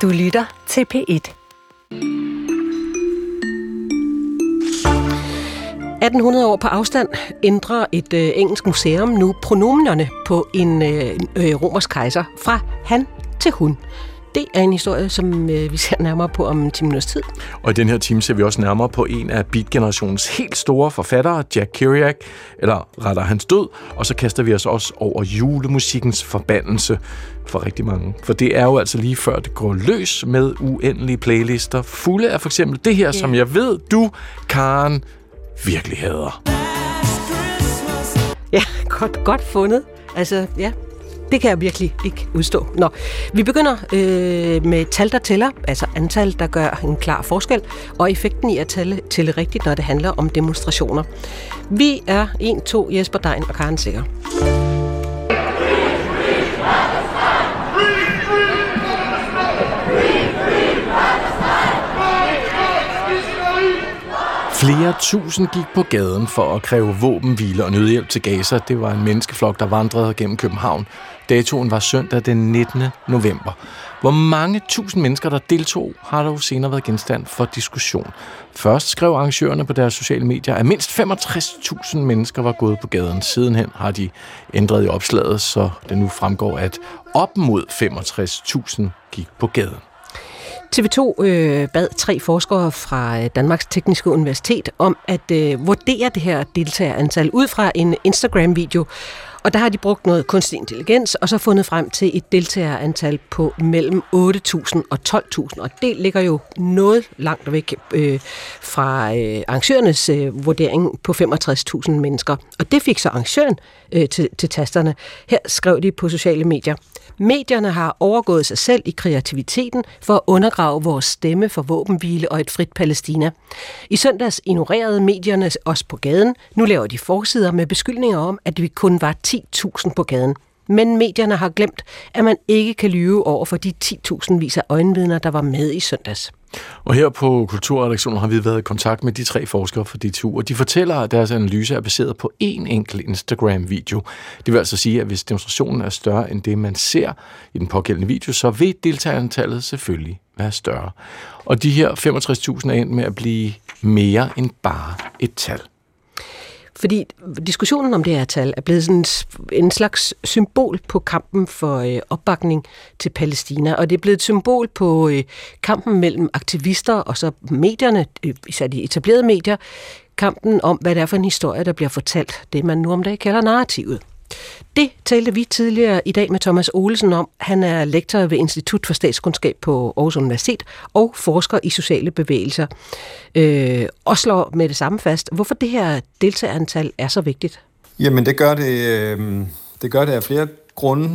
Du lytter til P1. 1800 år på afstand ændrer et engelsk museum nu pronomenerne på en romersk kejser fra han til hun. Det er en historie, som vi ser nærmere på om en 10 minutters tid. Og i den her time ser vi også nærmere på en af beat-generationens helt store forfattere, Jack Kerouac, eller rettere hans død, og så kaster vi os også over julemusikkens forbandelse for rigtig mange. For det er jo altså lige før det går løs med uendelige playlister, fulde af for eksempel det her, som jeg ved, du, Karen, virkelig hader. Ja, godt fundet. Altså, ja. Det kan jeg virkelig ikke udstå. Nå, vi begynder med tal, der tæller, altså antal, der gør en klar forskel, og effekten i at tælle rigtigt, når det handler om demonstrationer. Vi er 1, 2, Jesper Dein og Karen Secher. Flere tusind gik på gaden for at kræve våbenhvile og nødhjælp til Gaza. Det var en menneskeflok, der vandrede gennem København. Datoen var søndag den 19. november. Hvor mange tusind mennesker, der deltog, har dog senere været genstand for diskussion. Først skrev arrangørerne på deres sociale medier, at mindst 65.000 mennesker var gået på gaden. Sidenhen har de ændret i opslaget, så det nu fremgår, at op mod 65.000 gik på gaden. TV2 bad 3 forskere fra Danmarks Tekniske Universitet om at vurdere det her deltagerantal ud fra en Instagram-video. Og der har de brugt noget kunstig intelligens, og så fundet frem til et deltagerantal på mellem 8.000 og 12.000. Og det ligger jo noget langt væk fra arrangørernes vurdering på 65.000 mennesker. Og det fik så arrangøren til tasterne. Her skrev de på sociale medier: medierne har overgået sig selv i kreativiteten for at undergrave vores stemme for våbenhvile og et frit Palæstina. I søndags ignorerede medierne os på gaden. Nu laver de forsider med beskyldninger om, at vi kun var 10.000 på gaden. Men medierne har glemt, at man ikke kan lyve over for de 10.000 vis af øjenvidner, der var med i søndags. Og her på Kulturredaktionen har vi været i kontakt med de 3 forskere fra DTU, og de fortæller, at deres analyse er baseret på en enkelt Instagram-video. Det vil altså sige, at hvis demonstrationen er større end det, man ser i den pågældende video, så vil deltagerantallet selvfølgelig være større. Og de her 65.000 er endt med at blive mere end bare et tal. Fordi diskussionen om det her tal er blevet sådan en slags symbol på kampen for opbakning til Palæstina, og det er blevet et symbol på kampen mellem aktivister og så medierne, især de etablerede medier, kampen om, hvad det er for en historie, der bliver fortalt, det man nu om dagen kalder narrativet. Det talte vi tidligere i dag med Thomas Olesen om. Han er lektor ved Institut for Statskundskab på Aarhus Universitet og forsker i sociale bevægelser. Og slår med det samme fast, hvorfor det her deltagerantal er så vigtigt. Jamen det gør det af flere grunde.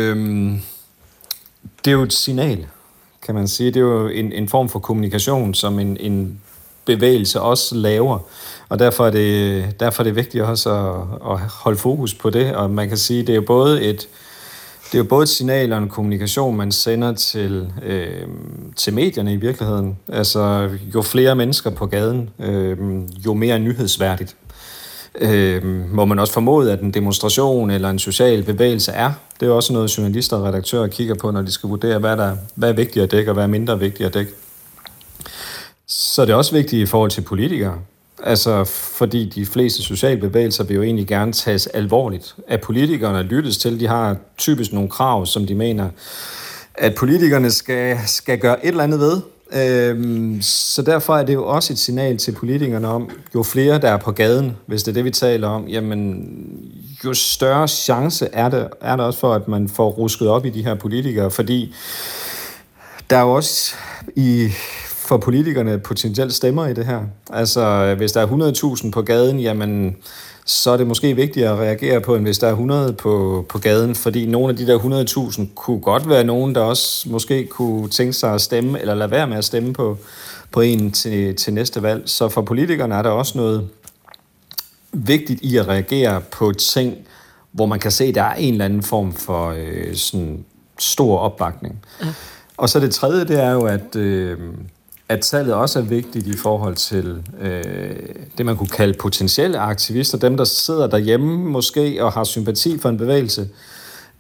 Det er jo et signal, kan man sige. Det er jo en form for kommunikation, som en bevægelse også laver. Og derfor er det vigtigt også at holde fokus på det, og man kan sige, det er jo både et signal og en kommunikation, man sender til medierne i virkeligheden. Altså, jo flere mennesker på gaden, jo mere nyhedsværdigt. Må man også formode, at en demonstration eller en social bevægelse er. Det er også noget, journalister og redaktører kigger på, når de skal vurdere, hvad er vigtigt at dække, og hvad er mindre vigtigt at dække. Så det er også vigtigt i forhold til politikere. Altså, fordi de fleste sociale bevægelser vil jo egentlig gerne tages alvorligt. At politikerne lyttes til, de har typisk nogle krav, som de mener, at politikerne skal gøre et eller andet ved. Så derfor er det jo også et signal til politikerne om, jo flere der er på gaden, hvis det er det, vi taler om, jamen, jo større chance er der også for, at man får rusket op i de her politikere, fordi der er jo også for politikerne potentielt stemmer i det her. Altså, hvis der er 100.000 på gaden, jamen, så er det måske vigtigt at reagere på, end hvis der er 100 på gaden, fordi nogle af de der 100.000 kunne godt være nogen, der også måske kunne tænke sig at stemme, eller lade være med at stemme på en til næste valg. Så for politikerne er der også noget vigtigt i at reagere på ting, hvor man kan se, at der er en eller anden form for sådan stor opbakning. Ja. Og så det tredje, det er jo, at tallet også er vigtigt i forhold til det, man kunne kalde potentielle aktivister, dem, der sidder derhjemme måske og har sympati for en bevægelse,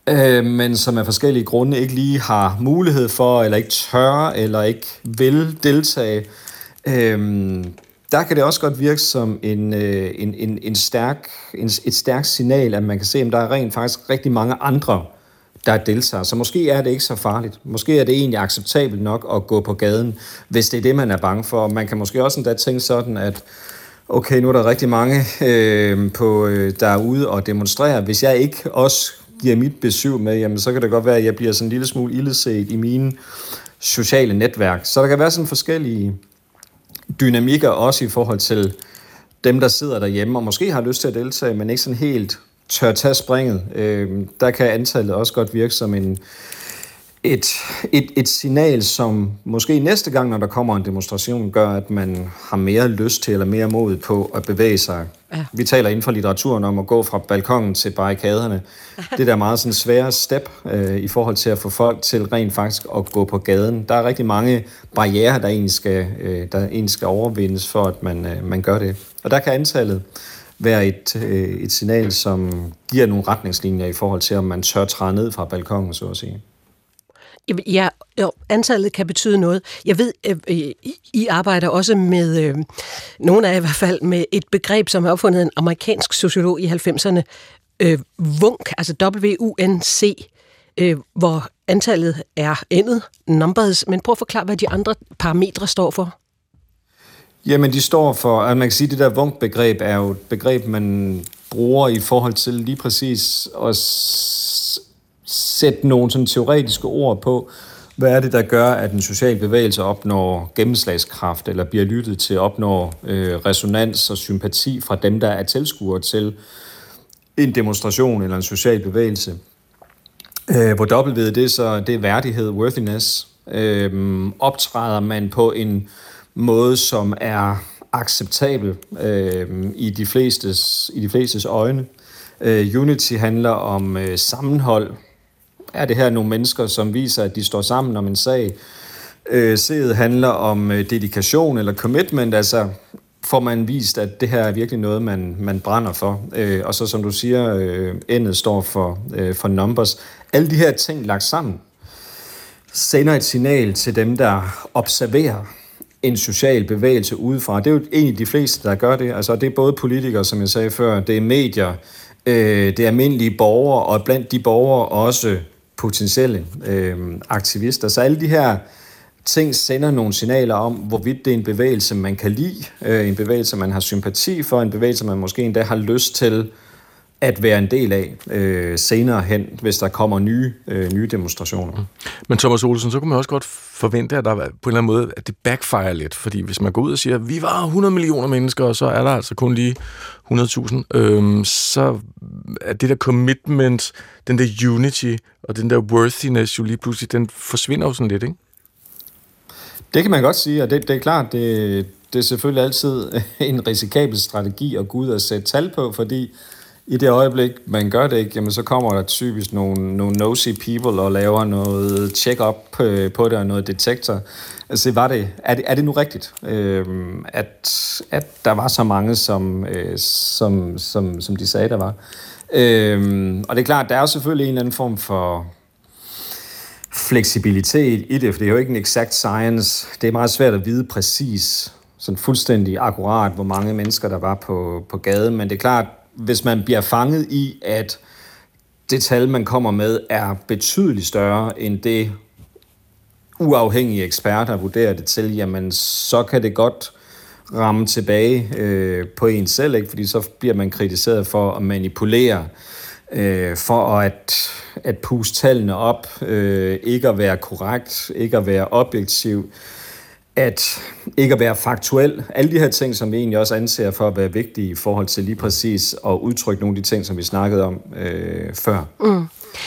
men som af forskellige grunde ikke lige har mulighed for, eller ikke tør, eller ikke vil deltage. Der kan det også godt virke som et stærkt signal, at man kan se, at der er rent faktisk rigtig mange andre, der deltager. Så måske er det ikke så farligt. Måske er det egentlig acceptabelt nok at gå på gaden, hvis det er det, man er bange for. Man kan måske også endda tænke sådan, at okay, nu er der rigtig mange der er ude og demonstrerer. Hvis jeg ikke også giver mit besøg med, jamen, så kan det godt være, at jeg bliver sådan en lille smule ildeset i mine sociale netværk. Så der kan være sådan forskellige dynamikker også i forhold til dem, der sidder derhjemme og måske har lyst til at deltage, men ikke sådan helt tør tage springet. Der kan antallet også godt virke som et signal, som måske næste gang, når der kommer en demonstration, gør, at man har mere lyst til eller mere mod på at bevæge sig. Ja. Vi taler inden for litteraturen om at gå fra balkongen til barrikaderne. Det der meget sådan svære step i forhold til at få folk til rent faktisk at gå på gaden. Der er rigtig mange barrierer, der egentlig skal overvindes for, at man gør det. Og der kan antallet være et signal, som giver nogle retningslinjer i forhold til, om man tør træde ned fra balkongen, så at sige. Ja, antallet kan betyde noget. Jeg ved, I arbejder også med, nogle af i hvert fald, med et begreb, som er opfundet af en amerikansk sociolog i 90'erne, WUNC, altså W-U-N-C, hvor antallet er endet, numbers, men prøv at forklare, hvad de andre parametre står for. Jamen, de står for, at man kan sige, at det der WUNC-begreb er jo et begreb, man bruger i forhold til lige præcis at sætte nogle sådan teoretiske ord på, hvad er det, der gør, at en social bevægelse opnår gennemslagskraft, eller bliver lyttet til, opnår resonans og sympati fra dem, der er tilskuere til en demonstration eller en social bevægelse. Hvor W det er værdighed, worthiness. Optræder man på en måde, som er acceptabel i de flestes øjne. Unity handler om sammenhold. Er det her nogle mennesker, som viser, at de står sammen om en sag? C'et handler om dedikation eller commitment, altså får man vist, at det her er virkelig noget, man brænder for. Og så som du siger, N'et står for numbers. Alle de her ting lagt sammen sender et signal til dem, der observerer en social bevægelse udefra. Det er jo egentlig de fleste, der gør det. Altså, det er både politikere, som jeg sagde før, det er medier, det er almindelige borgere, og blandt de borgere også potentielle aktivister. Så alle de her ting sender nogle signaler om, hvorvidt det er en bevægelse, man kan lide, en bevægelse, man har sympati for, en bevægelse, man måske endda har lyst til at være en del af senere hen, hvis der kommer nye demonstrationer. Men Thomas Olesen, så kunne man også godt forvente, at der på en eller anden måde, at det backfire lidt, fordi hvis man går ud og siger, at vi var 100 millioner mennesker, og så er der altså kun lige 100.000, så er det der commitment, den der unity og den der worthiness jo lige pludselig, den forsvinder jo sådan lidt, ikke? Det kan man godt sige, og det er klart, det er selvfølgelig altid en risikabel strategi at gå ud og sætte tal på, fordi i det øjeblik, man gør det ikke, jamen så kommer der typisk nogle nosy people og laver noget check-up på det og noget detektor. Altså, er det nu rigtigt, at der var så mange, som de sagde, der var? Og det er klart, der er jo selvfølgelig en eller anden form for fleksibilitet i det, for det er jo ikke en exact science. Det er meget svært at vide præcis, sådan fuldstændig akkurat, hvor mange mennesker, der var på gaden, men det er klart, hvis man bliver fanget i, at det tal, man kommer med, er betydeligt større end det uafhængige eksperter vurderer det til, jamen så kan det godt ramme tilbage på en selv, ikke? Fordi så bliver man kritiseret for at manipulere, for at puste tallene op, ikke at være korrekt, ikke at være objektiv, at ikke at være faktuel. Alle de her ting, som vi egentlig også anser for at være vigtige i forhold til lige præcis at udtrykke nogle af de ting, som vi snakkede om før. Mm.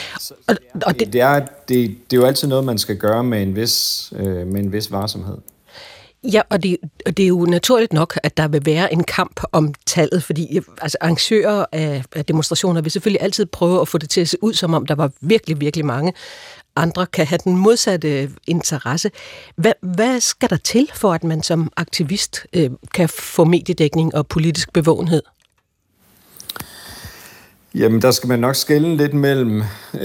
Det er jo altid noget, man skal gøre med en vis varsomhed. Ja, og det er jo naturligt nok, at der vil være en kamp om tallet, fordi altså, arrangører af demonstrationer vil selvfølgelig altid prøve at få det til at se ud, som om der var virkelig, virkelig mange. Andre kan have den modsatte interesse. Hvad skal der til, for at man som aktivist kan få mediedækning og politisk bevågenhed? Jamen, der skal man nok skelne lidt mellem,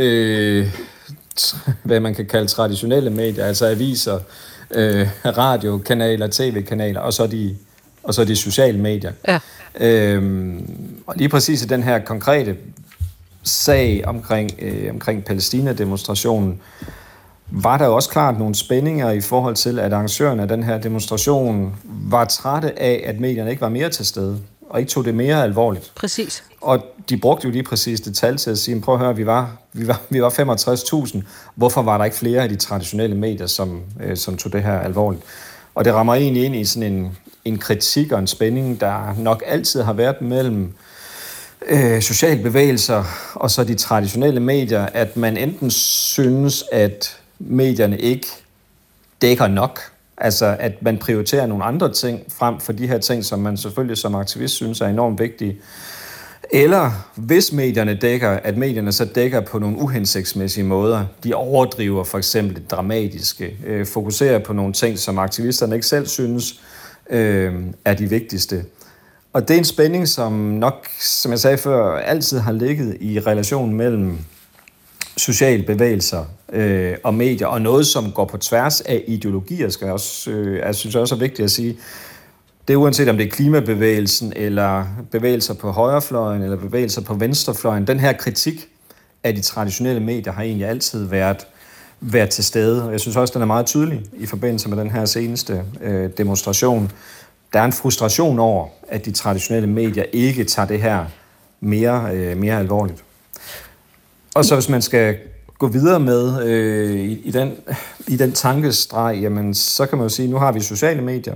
hvad man kan kalde traditionelle medier, altså aviser, radiokanaler, tv-kanaler, og så de sociale medier. Ja. Og lige præcis i den her konkrete sag omkring Palæstina-demonstrationen, var der også klart nogle spændinger i forhold til, at arrangørerne af den her demonstration var trætte af, at medierne ikke var mere til stede, og ikke tog det mere alvorligt. Præcis. Og de brugte jo lige præcis det tal til at sige, prøv at høre, vi var 65.000. Hvorfor var der ikke flere af de traditionelle medier, som tog det her alvorligt? Og det rammer egentlig ind i sådan en kritik og en spænding, der nok altid har været mellem sociale bevægelser og så de traditionelle medier, at man enten synes, at medierne ikke dækker nok, altså at man prioriterer nogle andre ting frem for de her ting, som man selvfølgelig som aktivist synes er enormt vigtige. Eller hvis medierne dækker, at medierne så dækker på nogle uhensigtsmæssige måder. De overdriver for eksempel det dramatiske, fokuserer på nogle ting, som aktivisterne ikke selv synes er de vigtigste. Og det er en spænding, som nok, som jeg sagde før, altid har ligget i relationen mellem sociale bevægelser og medier, og noget, som går på tværs af ideologier, jeg synes også er vigtigt at sige. Det er uanset om det er klimabevægelsen, eller bevægelser på højrefløjen, eller bevægelser på venstrefløjen. Den her kritik af de traditionelle medier har egentlig altid været til stede. Og jeg synes også, den er meget tydelig i forbindelse med den her seneste demonstration. Der er en frustration over, at de traditionelle medier ikke tager det her mere alvorligt. Og så hvis man skal gå videre med i den tankestreg, jamen, så kan man jo sige, at nu har vi sociale medier,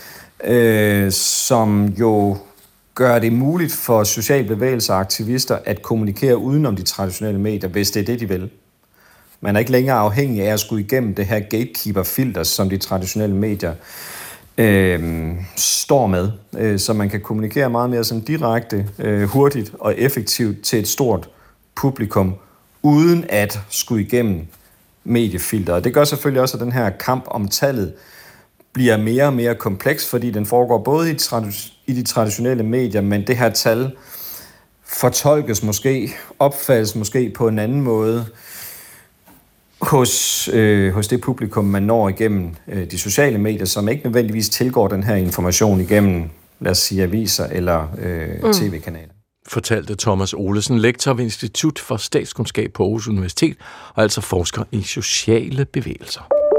som jo gør det muligt for sociale bevægelser og aktivister at kommunikere udenom de traditionelle medier, hvis det er det, de vil. Man er ikke længere afhængig af at skulle igennem det her gatekeeper-filter, som de traditionelle medier står med, så man kan kommunikere meget mere sådan direkte, hurtigt og effektivt til et stort publikum, uden at skulle igennem mediefilter. Og det gør selvfølgelig også, at den her kamp om tallet bliver mere og mere kompleks, fordi den foregår både i de traditionelle medier, men det her tal fortolkes måske, opfattes måske på en anden måde hos det publikum, man når igennem de sociale medier, som ikke nødvendigvis tilgår den her information igennem, lad os sige, aviser eller tv-kanaler. Fortalte Thomas Olesen, lektor ved Institut for Statskundskab på Aarhus Universitet, og altså forsker i sociale bevægelser.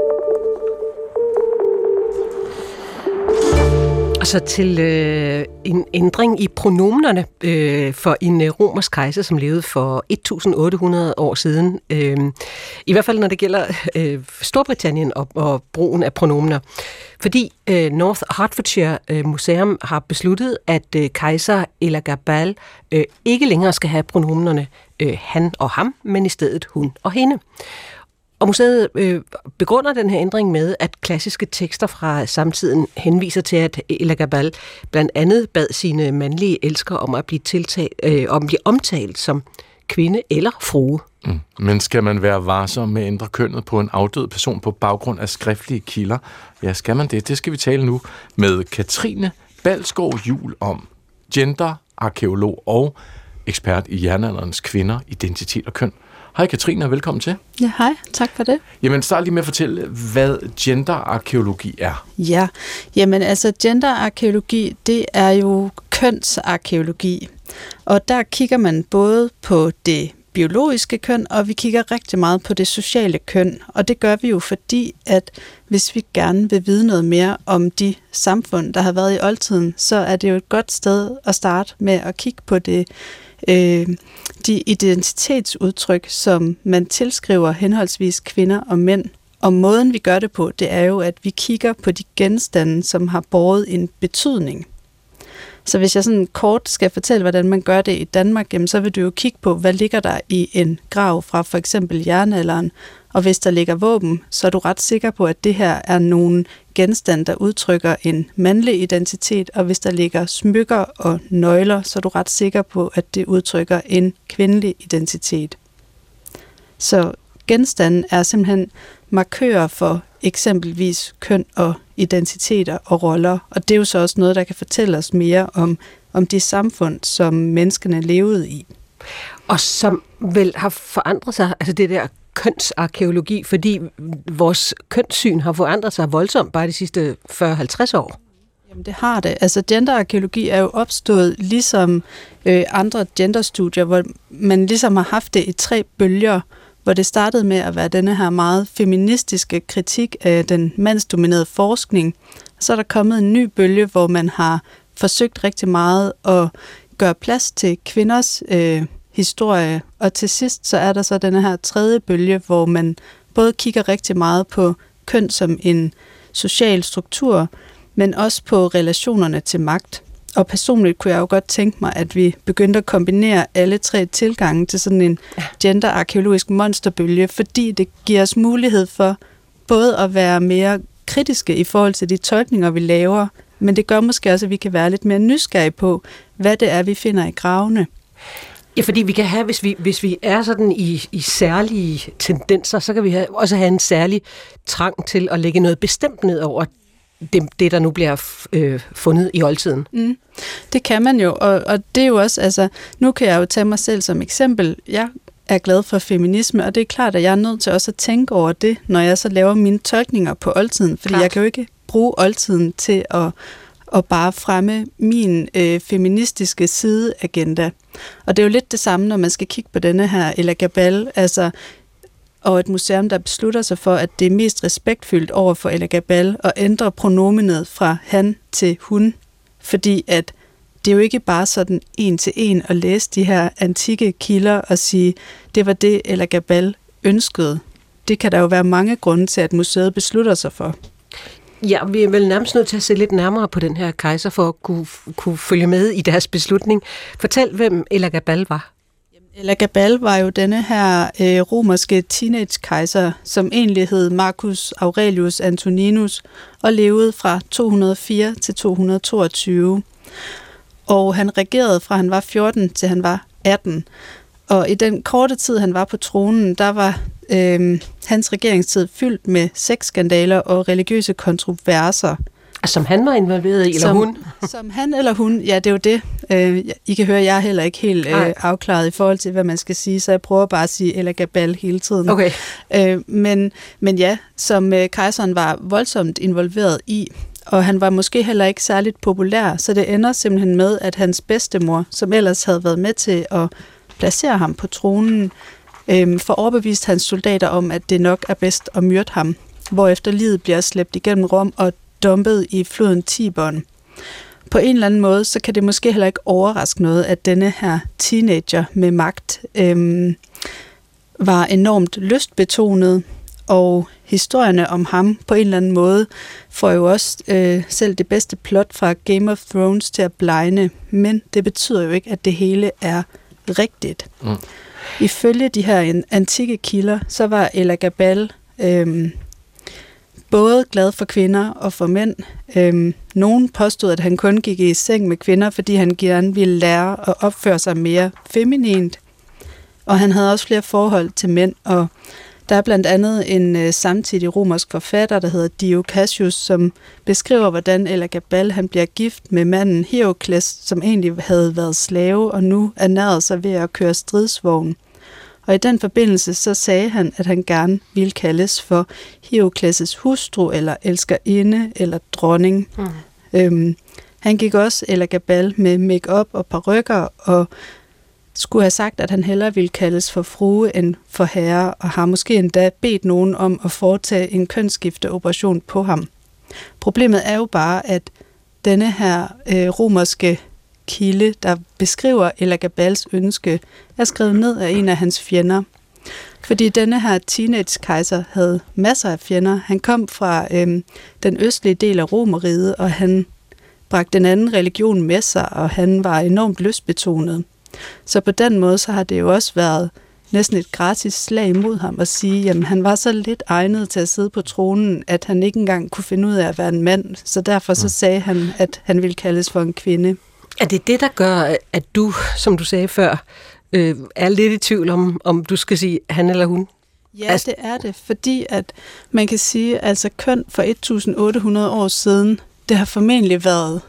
Og så til en ændring i pronomenerne for en romersk kejser, som levede for 1800 år siden. I hvert fald når det gælder Storbritannien og brugen af pronomener. Fordi North Hertfordshire Museum har besluttet, at kejser Elagabal ikke længere skal have pronomenerne han og ham, men i stedet hun og hende. Og museet begrunder den her ændring med, at klassiske tekster fra samtiden henviser til, at Elagabal blandt andet bad sine mandlige elskere om at blive omtalt som kvinde eller frue. Men skal man være varsom med at ændre kønnet på en afdød person på baggrund af skriftlige kilder? Ja, skal man det? Det skal vi tale nu med Katrine Balskov Juhl om, genderarkæolog og ekspert i jernalderens kvinder, identitet og køn. Hej Katrine, og velkommen til. Ja, hej. Tak for det. Jamen, start lige med at fortælle, hvad genderarkæologi er. Ja, jamen altså genderarkæologi, det er jo kønsarkæologi. Og der kigger man både på det biologiske køn, og vi kigger rigtig meget på det sociale køn. Og det gør vi jo fordi, at hvis vi gerne vil vide noget mere om de samfund, der har været i oldtiden, så er det jo et godt sted at starte med at kigge på det de identitetsudtryk, som man tilskriver henholdsvis kvinder og mænd. Og måden vi gør det på, det er jo, at vi kigger på de genstande, som har båret en betydning. Så hvis jeg sådan kort skal fortælle, hvordan man gør det i Danmark, jamen, så vil du jo kigge på, hvad ligger der i en grav fra for eksempel jernalderen. Og hvis der ligger våben, så er du ret sikker på, at det her er nogle genstande, der udtrykker en mandlig identitet. Og hvis der ligger smykker og nøgler, så er du ret sikker på, at det udtrykker en kvindelig identitet. Så genstanden er simpelthen markører for eksempelvis køn og identiteter og roller. Og det er jo så også noget, der kan fortælle os mere om de samfund, som menneskene levede i. Og som vel har forandret sig, altså det der kønsarkæologi, fordi vores kønssyn har forandret sig voldsomt bare de sidste 40-50 år. Jamen det har det. Altså genderarkæologi er jo opstået ligesom andre genderstudier, hvor man ligesom har haft det i 3 bølger, hvor det startede med at være denne her meget feministiske kritik af den mandsdominerede forskning. Så er der kommet en ny bølge, hvor man har forsøgt rigtig meget at gøre plads til kvinders historie, og til sidst så er der så denne her 3. bølge, hvor man både kigger rigtig meget på køn som en social struktur, men også på relationerne til magt. Og personligt kunne jeg jo godt tænke mig, at vi begyndte at kombinere alle 3 tilgange til sådan en genderarkæologisk monsterbølge, fordi det giver os mulighed for både at være mere kritiske i forhold til de tolkninger, vi laver, men det gør måske også, at vi kan være lidt mere nysgerrige på, hvad det er, vi finder i gravene. Ja, fordi vi kan have, hvis vi er sådan i særlige tendenser, så kan vi også have en særlig trang til at lægge noget bestemt ned over det der nu bliver fundet i oldtiden. Det kan man jo, og det er jo også, altså, nu kan jeg jo tage mig selv som eksempel. Jeg er glad for feminisme, og det er klart, at jeg er nødt til også at tænke over det, når jeg så laver mine tolkninger på oldtiden, fordi jeg kan jo ikke bruge oldtiden til at bare fremme min feministiske sideagenda. Og det er jo lidt det samme, når man skal kigge på denne her Elagabal, altså, og et museum, der beslutter sig for, at det er mest respektfyldt over for Elagabal at ændre pronomenet fra han til hun, fordi at det er jo ikke bare sådan en til en at læse de her antikke kilder og sige, det var det Elagabal ønskede. Det kan der jo være mange grunde til, at museet beslutter sig for. Ja, vi er vel nærmest nødt til at se lidt nærmere på den her kejser, for at kunne følge med i deres beslutning. Fortæl, hvem Elagabal var. Elagabal var jo denne her romerske teenage-kejser, som egentlig hed Marcus Aurelius Antoninus, og levede fra 204 til 222. Og han regerede fra han var 14 til han var 18. Og i den korte tid, han var på tronen, der var hans regeringstid fyldt med sexskandaler og religiøse kontroverser. Som han var involveret i, eller hun? Som han eller hun, ja, det er jo det. I kan høre, jeg er heller ikke helt afklaret i forhold til, hvad man skal sige, så jeg prøver bare at sige Elagabal hele tiden. Okay. Men ja, som kejseren var voldsomt involveret i, og han var måske heller ikke særligt populær, så det ender simpelthen med, at hans bedstemor, som ellers havde været med til at placere ham på tronen, får overbevist hans soldater om, at det nok er bedst at myrde ham, hvorefter livet bliver slæbt igennem Rom og dumpet i floden Tiberen. På en eller anden måde, så kan det måske heller ikke overraske noget, at denne her teenager med magt var enormt lystbetonet, og historierne om ham på en eller anden måde får jo også selv det bedste plot fra Game of Thrones til at blegne, men det betyder jo ikke, at det hele er rigtigt. Ifølge de her antikke kilder, så var Elagabal både glad for kvinder og for mænd. Nogen påstod, at han kun gik i seng med kvinder, fordi han gerne ville lære at opføre sig mere feminint. Og han havde også flere forhold til mænd, og der er blandt andet en samtidig romersk forfatter, der hedder Dio Cassius, som beskriver, hvordan Elagabal han bliver gift med manden Herakles, som egentlig havde været slave og nu ernærede sig ved at køre stridsvogn. Og i den forbindelse så sagde han, at han gerne ville kaldes for Herakles' hustru, eller elskerinde, eller dronning. Han gik også Elagabal med make-up og parykker, og skulle have sagt, at han hellere ville kaldes for frue end for herre, og har måske endda bedt nogen om at foretage en kønsskifteoperation på ham. Problemet er jo bare, at denne her romerske kilde, der beskriver Elagabals ønske, er skrevet ned af en af hans fjender. Fordi denne her teenage-kejser havde masser af fjender. Han kom fra den østlige del af Romerriget, og han bragte en anden religion med sig, og han var enormt lystbetonet. Så på den måde, så har det jo også været næsten et gratis slag imod ham at sige, jamen han var så lidt egnet til at sidde på tronen, at han ikke engang kunne finde ud af at være en mand. Så derfor så sagde han, at han ville kaldes for en kvinde. Er det det, der gør, at du, som du sagde før, er lidt i tvivl om du skal sige han eller hun? Ja, det er det, fordi at man kan sige, altså køn for 1800 år siden, det har formentlig været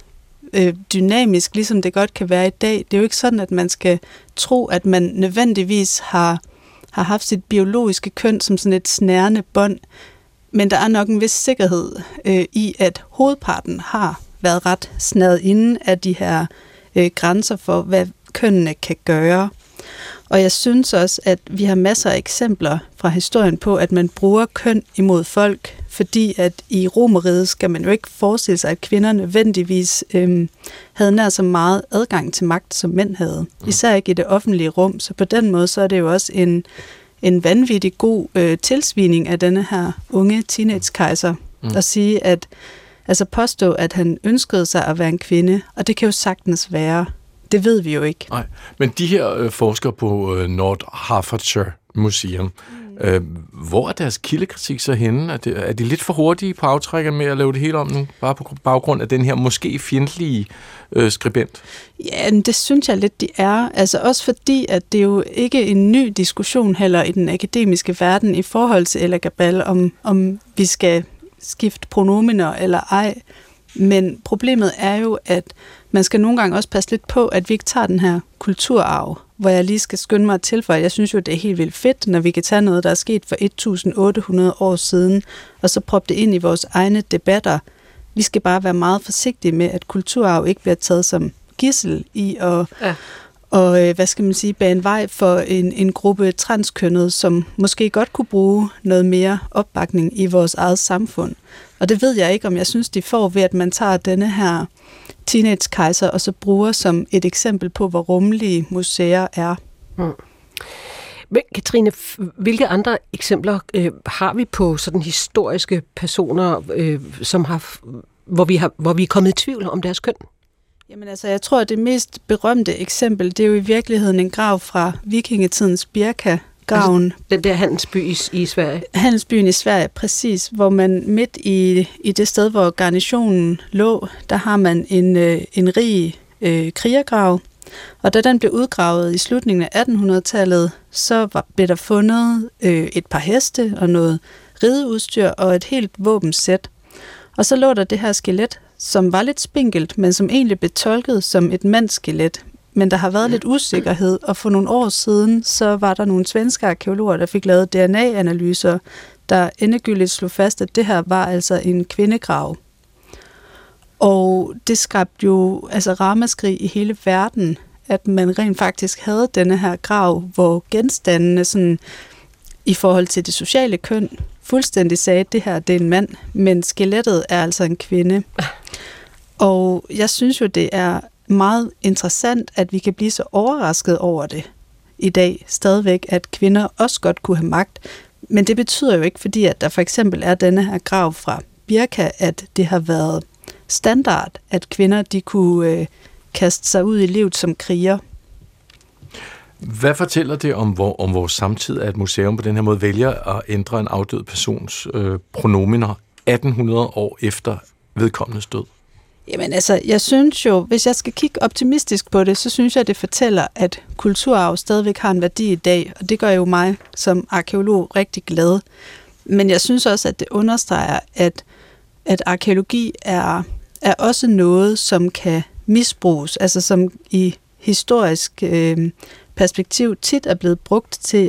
dynamisk, ligesom det godt kan være i dag. Det er jo ikke sådan, at man skal tro, at man nødvendigvis har haft sit biologiske køn som sådan et snærende bånd, men der er nok en vis sikkerhed i, at hovedparten har været ret snæret inde af de her grænser for, hvad kønnene kan gøre. Og jeg synes også, at vi har masser af eksempler fra historien på, at man bruger køn imod folk, fordi at i Romerriget skal man jo ikke forestille sig, at kvinder nødvendigvis havde nær så meget adgang til magt, som mænd havde. Især ikke i det offentlige rum. Så på den måde, så er det jo også en vanvittig god tilsvining af denne her unge teenage-kejser. At sige, at altså påstå, at han ønskede sig at være en kvinde, og det kan jo sagtens være. Det ved vi jo ikke. Nej, men de her forskere på North Hertfordshire Museum, hvor er deres kildekritik så henne? Er de lidt for hurtige på aftrækker med at lave det hele om nu, bare på baggrund af den her måske fjendtlige skribent? Ja, det synes jeg lidt, de er. Altså også fordi, at det er jo ikke en ny diskussion heller i den akademiske verden i forhold til Ella Gabal, om vi skal skifte pronominer eller ej. Men problemet er jo, at man skal nogle gange også passe lidt på, at vi ikke tager den her kulturarv, hvor jeg lige skal skynde mig at tilføje. Jeg synes jo, det er helt vildt fedt, når vi kan tage noget, der er sket for 1800 år siden, og så proppe det ind i vores egne debatter. Vi skal bare være meget forsigtige med, at kulturarv ikke bliver taget som gidsel i og hvad skal man sige, bane vej for en gruppe transkønnede, som måske godt kunne bruge noget mere opbakning i vores eget samfund. Og det ved jeg ikke, om jeg synes, de får ved, at man tager denne her teenage-kejser og så bruger som et eksempel på, hvor rummelige museer er. Men Katrine, hvilke andre eksempler har vi på sådan historiske personer, hvor vi er kommet i tvivl om deres køn? Jamen altså, jeg tror, at det mest berømte eksempel, det er jo i virkeligheden en grav fra vikingetidens Birka-graven. Altså, den der handelsby i Sverige? Handelsbyen i Sverige, præcis. Hvor man midt i det sted, hvor garnisonen lå, der har man en rig krigergrav. Og da den blev udgravet i slutningen af 1800-tallet, så blev der fundet et par heste og noget rideudstyr og et helt våbensæt. Og så lå der det her skelet, som var lidt spinkelt, men som egentlig blev tolket som et mandsskelet. Men der har været lidt usikkerhed, og for nogle år siden, så var der nogle svenske arkeologer, der fik lavet DNA-analyser, der endegyldigt slog fast, at det her var altså en kvindegrav. Og det skabte jo altså ramaskrig i hele verden, at man rent faktisk havde denne her grav, hvor genstandene sådan, i forhold til det sociale køn fuldstændig sagde, at det her det er en mand, men skelettet er altså en kvinde. Og jeg synes jo, det er meget interessant, at vi kan blive så overrasket over det i dag stadigvæk, at kvinder også godt kunne have magt. Men det betyder jo ikke, fordi at der for eksempel er denne her grav fra Birka, at det har været standard, at kvinder de kunne kaste sig ud i livet som kriger. Hvad fortæller det om vores samtid, at et museum på den her måde vælger at ændre en afdød persons pronominer 1800 år efter vedkommendes død? Jamen altså, jeg synes jo, hvis jeg skal kigge optimistisk på det, så synes jeg, det fortæller, at kulturarv stadigvæk har en værdi i dag, og det gør jo mig som arkæolog rigtig glad. Men jeg synes også, at det understreger, at arkæologi er også noget, som kan misbruges, altså som i historisk perspektiv tit er blevet brugt til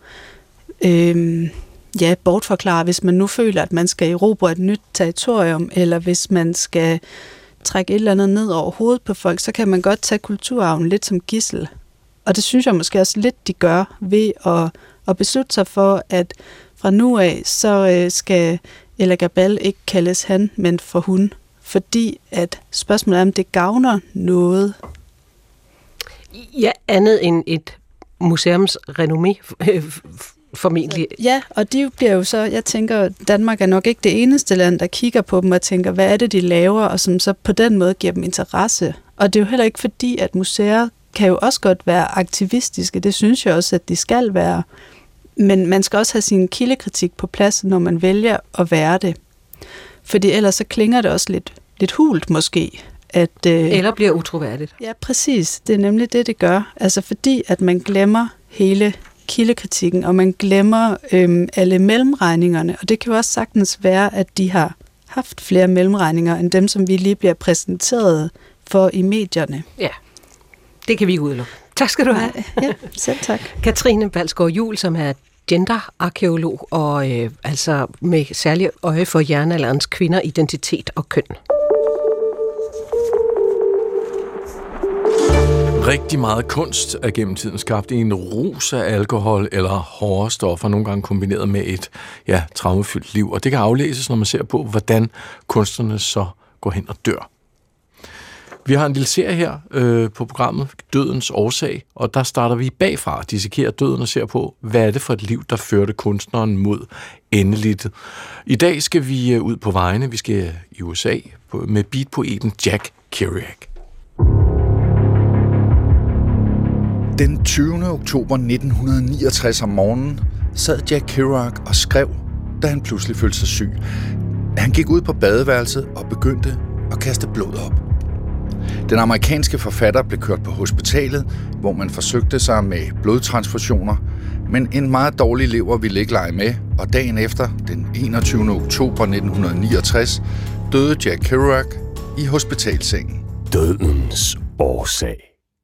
at bortforklare, hvis man nu føler, at man skal erobre et nyt territorium, eller hvis man skal trække et eller andet ned over hovedet på folk, så kan man godt tage kulturarven lidt som gidsel. Og det synes jeg måske også lidt, de gør ved at beslutte sig for, at fra nu af, så skal Ella Gabal ikke kaldes han, men for hun. Fordi at spørgsmålet er, om det gavner noget. Ja, andet end et museums renommé formentlig. Ja, og de bliver jo så, jeg tænker, Danmark er nok ikke det eneste land, der kigger på dem og tænker, hvad er det, de laver, og som så på den måde giver dem interesse. Og det er jo heller ikke fordi, at museer kan jo også godt være aktivistiske. Det synes jeg også, at de skal være. Men man skal også have sin kildekritik på plads, når man vælger at være det. Fordi ellers så klinger det også lidt hult måske. Eller bliver utroværdigt. Ja, præcis. Det er nemlig det gør. Altså fordi, at man glemmer hele kildekritikken, og man glemmer alle mellemregningerne. Og det kan jo også sagtens være, at de har haft flere mellemregninger, end dem, som vi lige bliver præsenteret for i medierne. Ja, det kan vi ikke udelukke. Tak skal du have. Ja, selv tak. Katrine Balsgaard-Juhl, som er genderarkæolog og altså med særlig øje for jernalderens kvinder, identitet og køn. Rigtig meget kunst er gennem tiden skabt i en rus af alkohol eller hårde stoffer, nogle gange kombineret med et traumefyldt liv. Og det kan aflæses, når man ser på, hvordan kunstnerne så går hen og dør. Vi har en lille serie her på programmet, Dødens årsag, og der starter vi bagfra, dissekerer døden og ser på, hvad er det for et liv, der førte kunstneren mod endeligt. I dag skal vi ud på vejene, vi skal i USA med beatpoeten Jack Kerouac. Den 20. oktober 1969 om morgenen sad Jack Kerouac og skrev, da han pludselig følte sig syg. Han gik ud på badeværelset og begyndte at kaste blod op. Den amerikanske forfatter blev kørt på hospitalet, hvor man forsøgte sig med blodtransfusioner, men en meget dårlig lever ville ikke lege med, og dagen efter, den 21. oktober 1969, døde Jack Kerouac i hospitalsengen. Dødens årsag.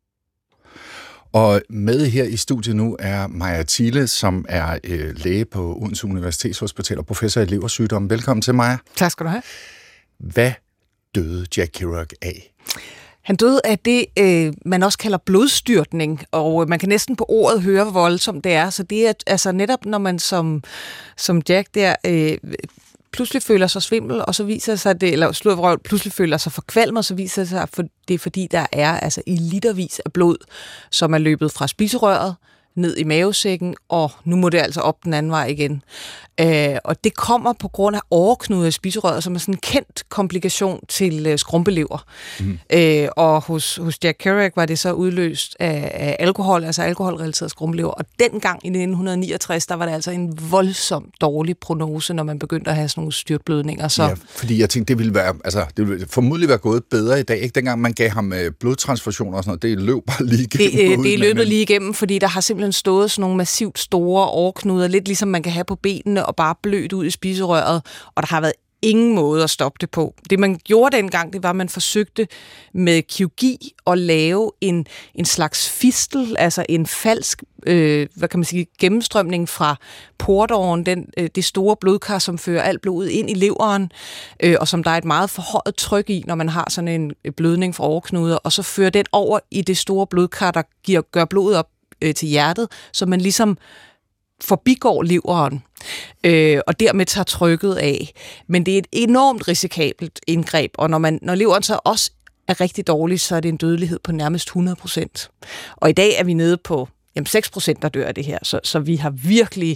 Og med her i studiet nu er Maja Thiele, som er læge på Odense Universitetshospital og professor i leversygdomme. Velkommen til, Maja. Tak skal du have. Hvad døde Jack Kerouac af? Han døde af det, man også kalder blodstyrtning, og man kan næsten på ordet høre, hvor voldsomt det er. Så det er altså netop, når man som Jack der pludselig føler sig svimmel, og så viser det sig, eller pludselig føler sig forkvalmet, og så viser det sig, at det er fordi, der er altså i litervis af blod, som er løbet fra spiserøret ned i mavesækken, og nu må det altså op den anden vej igen. Og det kommer på grund af overknude af spiserøret, som er sådan en kendt komplikation til skrumpelever. Og hos Jack Kerouac var det så udløst af alkohol, altså alkoholrelateret skrumpelever. Og dengang i 1969, der var det altså en voldsom dårlig prognose, når man begyndte at have sådan nogle styrtblødninger. Så ja, fordi jeg tænkte, det ville formodentlig være gået bedre i dag. Ikke dengang man gav ham blodtransfusioner og sådan noget, det løb bare lige igennem. Det er løbet lige igennem, fordi der har simpelthen stået sådan nogle massivt store overknuder, lidt ligesom man kan have på benene, og bare blødt ud i spiserøret, og der har været ingen måde at stoppe det på. Det man gjorde dengang, det var, at man forsøgte med kirurgi at lave en slags fistel, altså en falsk gennemstrømning fra portåren, det store blodkar, som fører alt blodet ind i leveren, og som der er et meget forhøjet tryk i, når man har sådan en blødning fra overknuder, og så fører den over i det store blodkar, der gør blodet op til hjertet, så man ligesom forbigår leveren, og dermed tager trykket af. Men det er et enormt risikabelt indgreb, og når leveren så også er rigtig dårlig, så er det en dødelighed på nærmest 100%. Og i dag er vi nede på 6%, der dør af det her, så vi har virkelig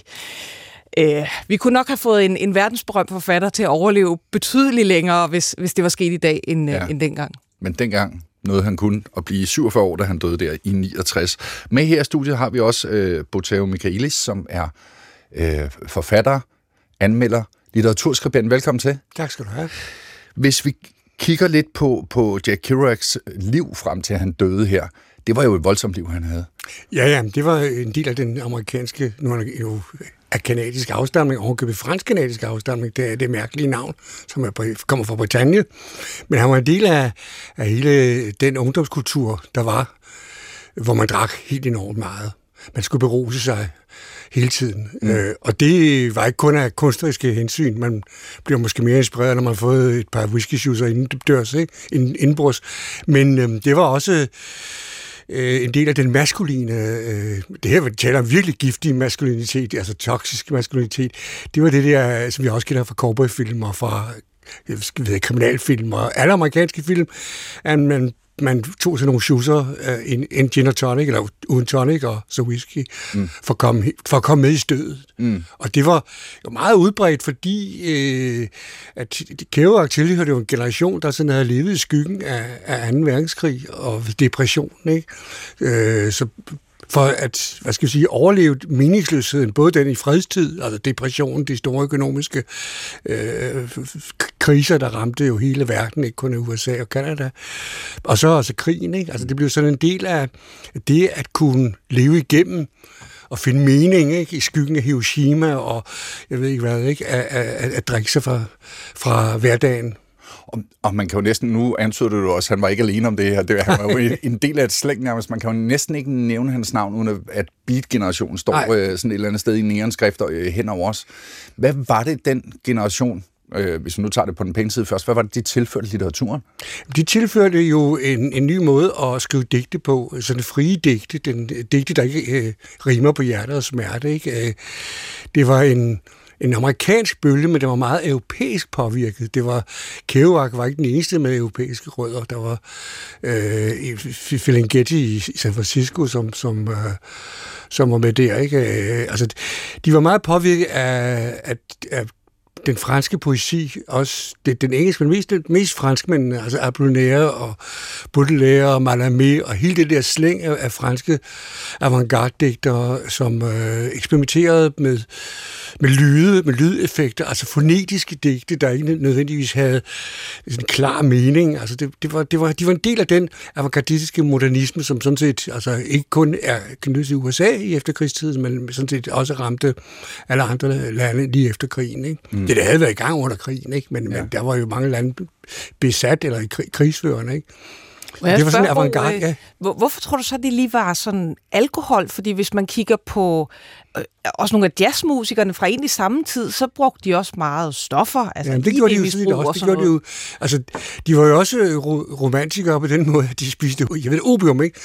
vi kunne nok have fået en verdensberømt forfatter til at overleve betydeligt længere, hvis det var sket i dag end dengang. Men dengang nåede han kun at blive 47 år, da han døde der i 69. Med her i studiet har vi også Boteo Michaelis, som er forfatter, anmelder, litteraturskribent. Velkommen til. Tak skal du have. Hvis vi kigger lidt på Jack Kerouacs liv frem til, at han døde her, det var jo et voldsomt liv, han havde. Ja, det var en del af den amerikanske, nu er det jo af kanadisk afstamning, overkøbet fransk-kanadisk afstamning, det er det mærkelige navn, som kommer fra Bretagne. Men han var en del af hele den ungdomskultur, der var, hvor man drak helt enormt meget. Man skulle beruse sig hele tiden. Og det var ikke kun af kunstneriske hensyn. Man bliver måske mere inspireret, når man har fået et par whisky-shootser indendørs, indenbords. Men det var også en del af den maskuline, det her taler om virkelig giftig maskulinitet, altså toksisk maskulinitet, det var det der, som vi også kender fra cowboyfilm og fra kriminalfilm og alle amerikanske film, at man tog sådan nogle schusser, en gin og tonic, eller uden tonic og så whisky, for at komme med i stødet. Og det var jo meget udbredt, fordi at Kerouac tilhørte jo en generation, der sådan havde levet i skyggen af 2. verdenskrig og depression, ikke? Så for at, overleve meningsløsheden, både den i fredstid, altså depressionen, de store økonomiske kriser, der ramte jo hele verden, ikke kun USA og Canada, og så også krigen, ikke? Altså det blev sådan en del af det at kunne leve igennem og finde mening, ikke? I skyggen af Hiroshima og jeg ved ikke hvad, ikke? At drikke sig fra hverdagen. Og man kan jo næsten, nu antyder du også, han var ikke alene om det her. Han var jo en del af et slæng nærmest. Man kan jo næsten ikke nævne hans navn, uden at Beat-generationen står sådan et eller andet sted i neonskrifter hen over os. Hvad var det, den generation, hvis vi nu tager det på den pæne side først, hvad var det, de tilførte litteraturen? De tilførte jo en ny måde at skrive digte på, sådan frie digte, digte, der ikke rimer på hjerte og smerte. Ikke? Det var en amerikansk bølge, men det var meget europæisk påvirket. Det var Kerouac var ikke den eneste med europæiske rødder. Der var Ferlinghetti i San Francisco, som var med der. Ikke? Altså, de var meget påvirket af den franske poesi, også den engelske, men mest fransk, men altså Apollinaire og Baudelaire og Mallarmé og hele det der slæng af franske avantgarde-digtere, som eksperimenterede med lyde, med lydeffekter, altså fonetiske digte, der ikke nødvendigvis havde en klar mening. Altså de var en del af den avantgardistiske modernisme, som sådan set altså ikke kun er knyttet til USA i efterkrigstiden, men sådan set også ramte alle andre lande lige efter krigen. Ikke? Det havde været i gang under krigen, ikke? Men der var jo mange lande besat eller i krigsførende, ikke? Det var sådan en avantgarde, ja. Hvorfor tror du så, det lige var sådan alkohol? Fordi hvis man kigger på også nogle af jazzmusikerne fra egentlig samme tid, så brugte de også meget stoffer. Altså, det gjorde de jo sådan også. Det gjorde de jo, altså, de var jo også romantikere på den måde, at de spiste opium, ikke?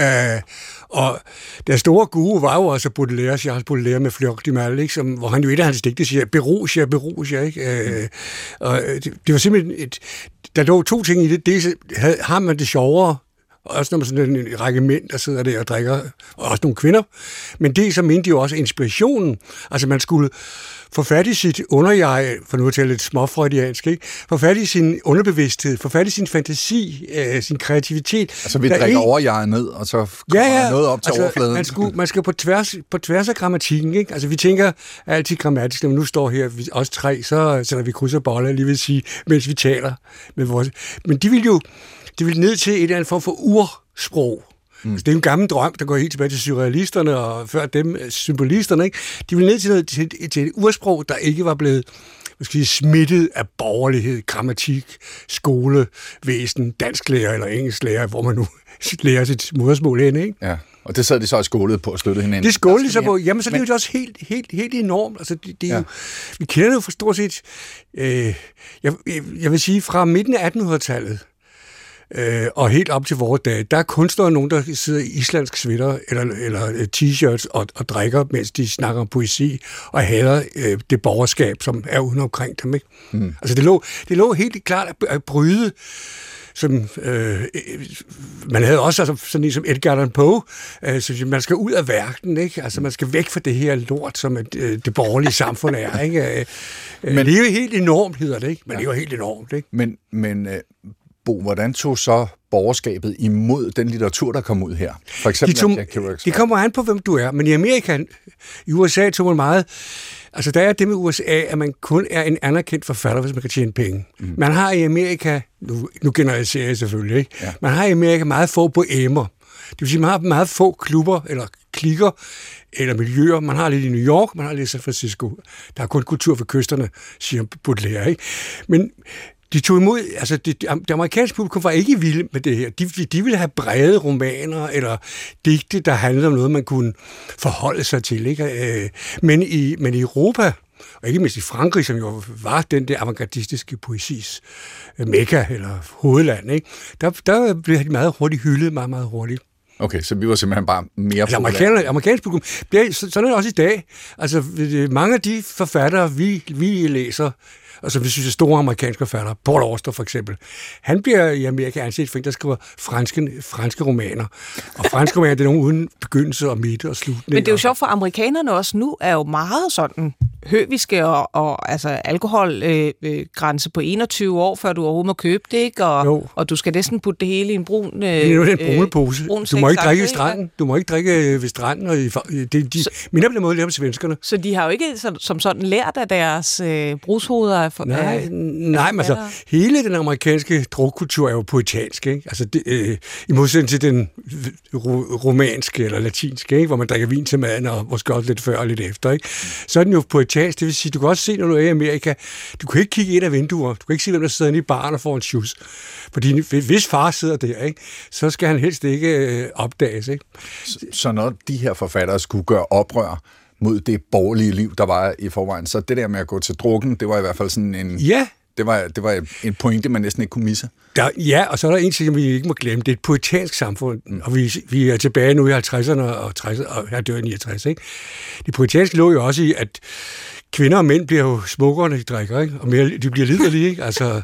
Og deres store guru var jo også Baudelaire, Charles Baudelaire med Fleur du Mal, ikke? Hvor han jo et af hans digte siger, berusia, ikke? Og det var simpelthen der lå to ting i det. Det har man det sjovere, også når man sådan en række mænd, der sidder der og drikker, og også nogle kvinder. Men det så mente de jo også inspirationen. Altså man skulle få fat i sit underjeg, for nu at tale lidt småfreudiansk, ikke? Få fat i sin underbevidsthed, få fat i sin fantasi, sin kreativitet. Altså vi drikker overjeget ned, og så kommer noget op til overfladen. Man skal på tværs af grammatikken, ikke? Altså vi tænker altid grammatisk, når vi nu står her, os tre, så sætter vi kryds og boller, lige vil sige, mens vi taler med vores. Men de vil ned til et eller andet form for ursprog. Altså, det er en gammel drøm, der går helt tilbage til surrealisterne, og før dem symbolisterne, ikke? De vil ned til et ursprog, der ikke var blevet smittet af borgerlighed, grammatik, skolevæsen, dansklærer eller engelsklærer, hvor man nu lærer sit modersmål hen, ikke? Ja. Og det sad de så og skålede på og støttede hinanden. Det skålede de så på. Jamen, så er det jo også helt enormt. Altså, det er jo, vi kender det jo for stort set, jeg vil sige, fra midten af 1800-tallet, og helt op til vores dag, der er kunstnere nogen, der sidder i islandsk sweater eller t-shirts og drikker, mens de snakker om poesi, og hader det borgerskab, som er uden omkring dem. Ikke? Altså det lå helt klart at bryde, som man havde også altså, sådan en som Edgar Allan Poe, så man skal ud af verden, ikke? Altså man skal væk fra det her lort, som det borgerlige samfund er, ikke? Men det er jo helt enormt, hedder det, ikke? Men det er jo helt enormt, ikke? Men Bo, hvordan tog så borgerskabet imod den litteratur, der kom ud her? For eksempel Jack Kerouac. Det kommer an på, hvem du er. Men i Amerika, i USA tog man meget. Altså, der er det med USA, at man kun er en anerkendt forfatter, hvis man kan tjene penge. Man har i Amerika, nu generaliserer jeg selvfølgelig, ikke? Ja. Man har i Amerika meget få bohemer. Det vil sige, man har meget få klubber, eller klikker, eller miljøer. Man har lidt i New York, man har lidt i San Francisco. Der er kun kultur for kysterne, siger Baudelaire, ikke? Men de tog imod, altså det amerikanske publikum var ikke vilde med det her. De ville have brede romaner eller digte, der handlede om noget, man kunne forholde sig til. Ikke? Men i Europa, og ikke mindst i Frankrig, som jo var den der avantgardistiske poesis mekka eller hovedland, ikke? Der blev de meget hurtigt hyldet, meget, meget hurtigt. Okay, så vi var simpelthen bare mere altså, amerikansk publikum. Sådan er det også i dag. Altså, mange af de forfattere, vi læser, altså vi synes, store amerikanske forfattere, Paul Auster for eksempel, han bliver i Amerika anset for en, der skriver franske romaner. Og franske romaner, det er nogen uden begyndelse og midte og slutning. Men det er jo sjovt for amerikanerne også nu, er jo meget sådan høviske og altså alkoholgrænse på 21 år, før du overhovedet må købe det, ikke? Og du skal næsten putte det hele i en brun det er jo den brune pose. Du må ikke drikke ved stranden. Du må ikke drikke ved stranden. Og minder på den måde lærer med svenskerne. Så de har jo ikke som sådan lært af deres brugshoveder Nej, men altså, hele den amerikanske drukkultur er jo poetansk, ikke? Altså, i modsætning til den romanske eller latinske, ikke? Hvor man drikker vin til maden, og måske også lidt før og lidt efter, ikke? Så er den jo poetansk, det vil sige, du kan også se, når du er i Amerika, du kan ikke kigge ind af vinduer, du kan ikke se, hvem der sidder inde i baren og får en shoes. Fordi hvis far sidder der, ikke? Så skal han helst ikke opdages, ikke? Så når de her forfattere skulle gøre oprør mod det borgerlige liv, der var i forvejen, så det der med at gå til drukken, det var i hvert fald sådan en... Ja. Det var en pointe, man næsten ikke kunne misse. Ja, og så er der en ting, vi ikke må glemme. Det er et poetansk samfund, og vi er tilbage nu i 50'erne og 60'erne, og jeg dør i 69, ikke? Det poetanske lå jo også i, at kvinder og mænd bliver jo smukkere, når de drikker, ikke? Og mere, de bliver liderlige, ikke? Altså,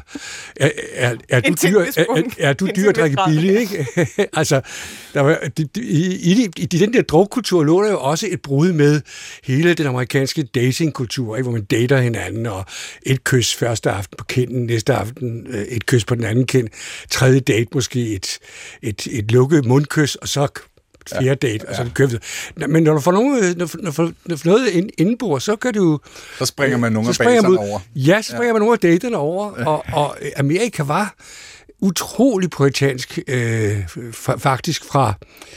er du dyr at drikke billigt, ikke? Altså, i den der drukkultur lå der jo også et brud med hele den amerikanske datingkultur, ikke? Hvor man dater hinanden, og et kys første aften på kinden, næste aften et kys på den anden kind, tredje date måske et lukket mundkys, og så fjerde date, og så købte. Men når du får noget indenbord, så kan du... Så springer man nogle af baserne over. Ja, så springer man nogle af daterne over, og Amerika var utrolig poetansk, faktisk fra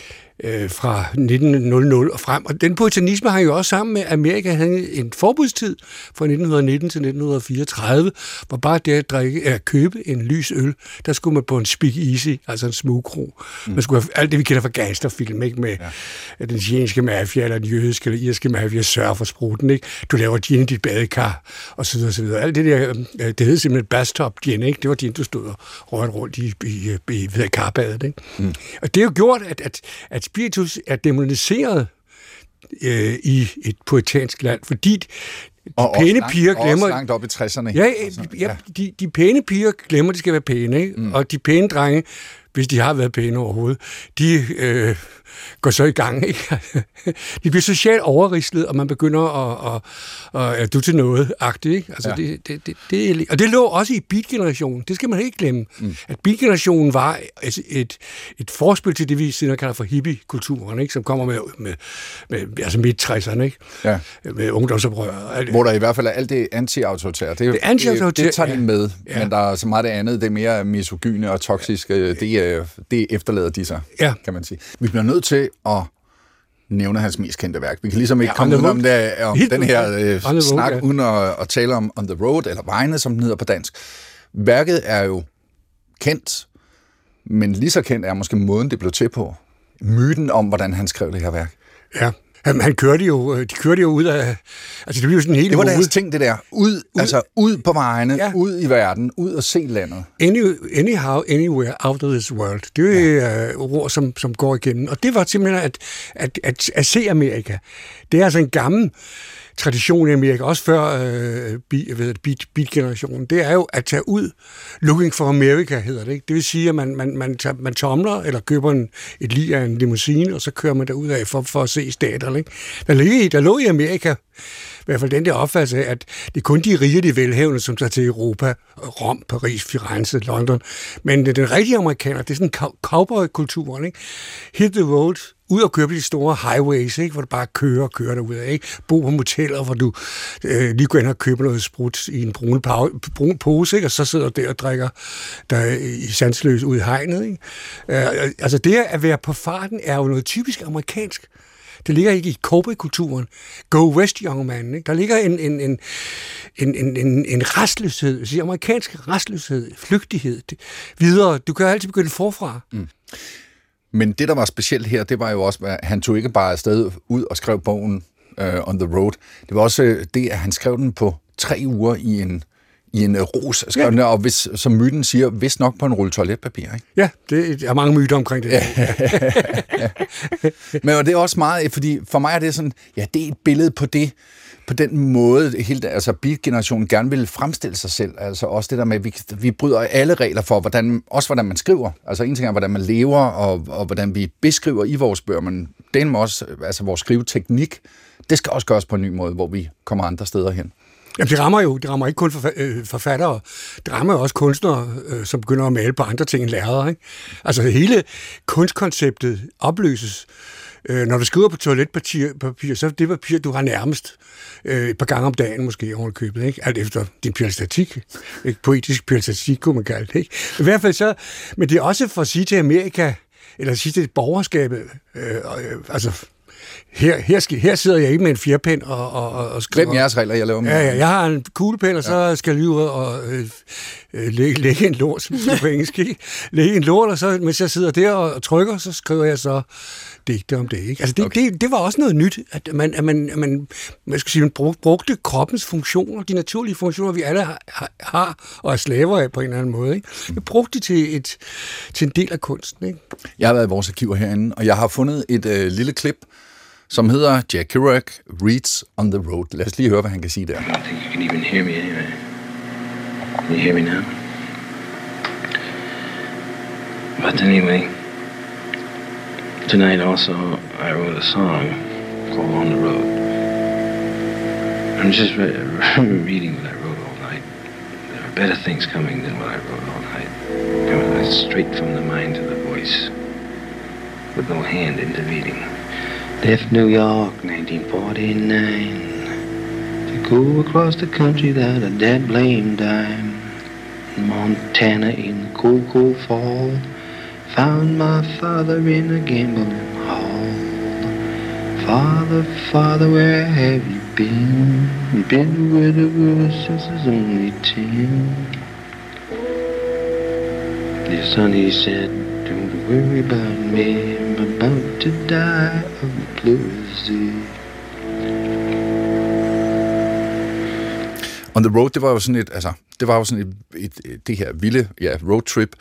1900 og frem. Og den poetanisme har jo også sammen med Amerika havde en forbudstid fra 1919 til 1934, hvor bare det at købe en lys øl, der skulle man på en speakeasy, altså en smugkro. Man skulle have alt det, vi kender fra gangsterfilm, ikke? Med den italienske mafia, eller den jødiske eller irske mafia, sørger for spruten, ikke? Du laver gin i dit badekar, og så videre, og så videre. Alt det der, det hed simpelthen bathtub gin, ikke? Det var gin, du stod og rørte rundt i karbadet, ikke? Og det har jo gjort, at spiritus er demoniseret i et poetansk land, fordi de pæne piger glemmer... Også langt op i 60'erne. Ja, de pæne piger glemmer, at de skal være pæne, ikke? Og de pæne drenge, hvis de har været pæne overhovedet, de går så i gang, ikke? De bliver socialt overrislet, og man begynder at du til noget-agtigt, ikke? Altså, og det lå også i beat-generationen. Det skal man ikke glemme. At beat-generationen var et forspil til det, vi senere kalder for hippie-kulturen, ikke? Som kommer med altså midt-60'erne, ikke? Ja. Med ungdomsoprør. Hvor der i hvert fald er alt det anti-autoritære. Det tager de med, men der er så meget det andet. Det er mere misogyne og toksisk. Det efterlader de sig, kan man sige. Vi bliver nødt til at nævne hans mest kendte værk. Vi kan ligesom ikke komme ud om den her snak, uden at tale om On the Road, eller Vejene, som den hedder på dansk. Værket er jo kendt, men lige så kendt er måske måden, det blev til på. Myten om, hvordan han skrev det her værk. Ja. De kørte jo ud af... Altså, det blev jo sådan helt... Det var deres ting, det der. Ud på vejene, ud i verden, ud og se landet. Anyhow, anywhere, out of this world. Det er ord, som går igennem. Og det var simpelthen at se Amerika. Det er altså en gammel tradition i Amerika, også før beat-generationen, det er jo at tage ud. Looking for America hedder det, ikke? Det vil sige, at man tomler eller køber et lig af en limousine, og så kører man derud af for at se staterne, ikke? Der lå i Amerika, i hvert fald den der opfattelse af, at det er kun de rige, de velhavende, som tager til Europa, Rom, Paris, Firenze, London. Men den rigtige amerikaner, det er sådan cowboy-kulturen, ikke? Hit the road, ud og køre på de store highways, ikke? Hvor du bare kører derud, ikke? Bo på moteller, hvor du lige går ind og køber noget sprut i en brun pose, ikke? Og så sidder du der og drikker der i sansløs ud i hegnet, ikke? Altså det at være på farten er jo noget typisk amerikansk. Det ligger ikke i cowboy-kulturen. Go west, young man. Ikke? Der ligger en restløshed, amerikansk restløshed, flygtighed. Videre. Du kan altid begynde forfra. Men det, der var specielt her, det var jo også, at han tog ikke bare afsted ud og skrev bogen On the Road. Det var også det, at han skrev den på 3 uger i en ros, og hvis, som myten siger, vist nok på en rulle toiletpapir, ikke? Ja, det er mange myter omkring det. Men det er også meget, fordi for mig er det sådan, det er et billede på det, på den måde, altså beat-generationen gerne vil fremstille sig selv, altså også det der med, at vi bryder alle regler for, hvordan man skriver, altså en ting er, hvordan man lever, og hvordan vi beskriver i vores bøger, men det er også, altså vores skriveteknik, det skal også gøres på en ny måde, hvor vi kommer andre steder hen. Jamen, det rammer ikke kun forfattere, det rammer også kunstnere, som begynder at male på andre ting end lærere, ikke? Altså hele kunstkonceptet opløses Når du skriver på toiletpapir, så er det papir, du har nærmest et par gange om dagen måske over købet, ikke? Alt efter din peristatik. Ikke? Poetisk peristatik, kunne man kalde det, ikke? I hvert fald så, men det er også for at sige til Amerika, eller sige til borgerskabet, altså her sidder jeg ikke med en fjerpen og skriver. Glem jeres regler, jeg laver med. Ja, jeg har en kuglepen, og så skal jeg lige ud og lægge en lort, som det på engelsk, ikke? Lægge en lort, og så, mens jeg sidder der og trykker, så skriver jeg så digte om det, ikke? Altså det var også noget nyt, at man skal sige, man brugte kroppens funktioner, de naturlige funktioner, vi alle har og er slaver af på en eller anden måde, ikke? Vi brugte det til en del af kunsten, ikke? Jeg har været i vores arkiver herinde, og jeg har fundet et lille klip, som hedder Jack Kerouac Reads on the Road. Lad os lige høre, hvad han kan sige der. I don't think you can even hear me anyway. Can you hear me now? But anyway, tonight also I wrote a song called On the Road. I'm just reading what I wrote all night. There are better things coming than what I wrote all night. Coming straight from the mind to the voice, with no hand intervening. Left New York, 1949, to go across the country without a dead blame dime. Montana in the cold, cold fall, found my father in a gambling hall. Father, father, where have you been? You've been with the world since I was only 10. Dear son, he said, don't worry about me, I'm about to die of pleurisy. On the Road, det var jo sådan det her vilde roadtrip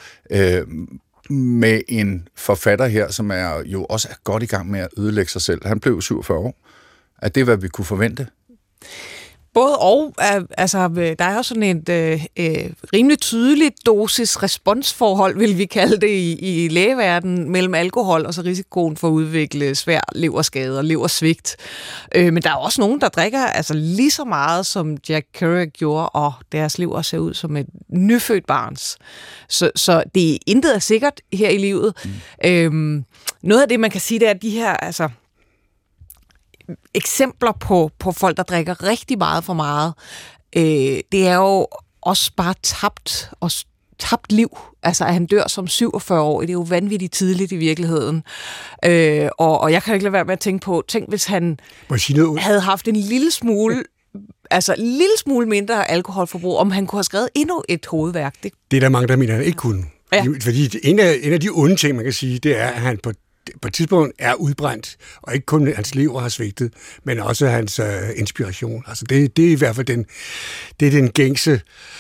med en forfatter her, som er jo også er godt i gang med at ødelægge sig selv. Han blev 47 år. Er det, hvad vi kunne forvente? Både og. Altså, der er jo sådan et rimelig tydeligt dosis-responsforhold, vil vi kalde det i lægeverdenen, mellem alkohol og så risikoen for at udvikle svær leverskade og leversvigt. Men der er også nogen, der drikker altså lige så meget, som Jack Kerouac gjorde, og deres lever ser ud som et nyfødt barns. Så det er intet er sikkert her i livet. Noget af det, man kan sige, det er, at de her altså eksempler på folk, der drikker rigtig meget for meget, det er jo også bare tabt liv. Altså, at han dør som 47 år, det er jo vanvittigt tidligt i virkeligheden. Og jeg kan ikke lade være med at tænke på, hvis han havde haft en lille smule mindre alkoholforbrug, om han kunne have skrevet endnu et hovedværk. Det er der mange, der mener, han ikke kunne. Ja. Fordi en af de onde ting, man kan sige, det er, at han på et tidspunkt er udbrændt, og ikke kun hans lever har svigtet, men også hans inspiration. Altså det er i hvert fald den gængse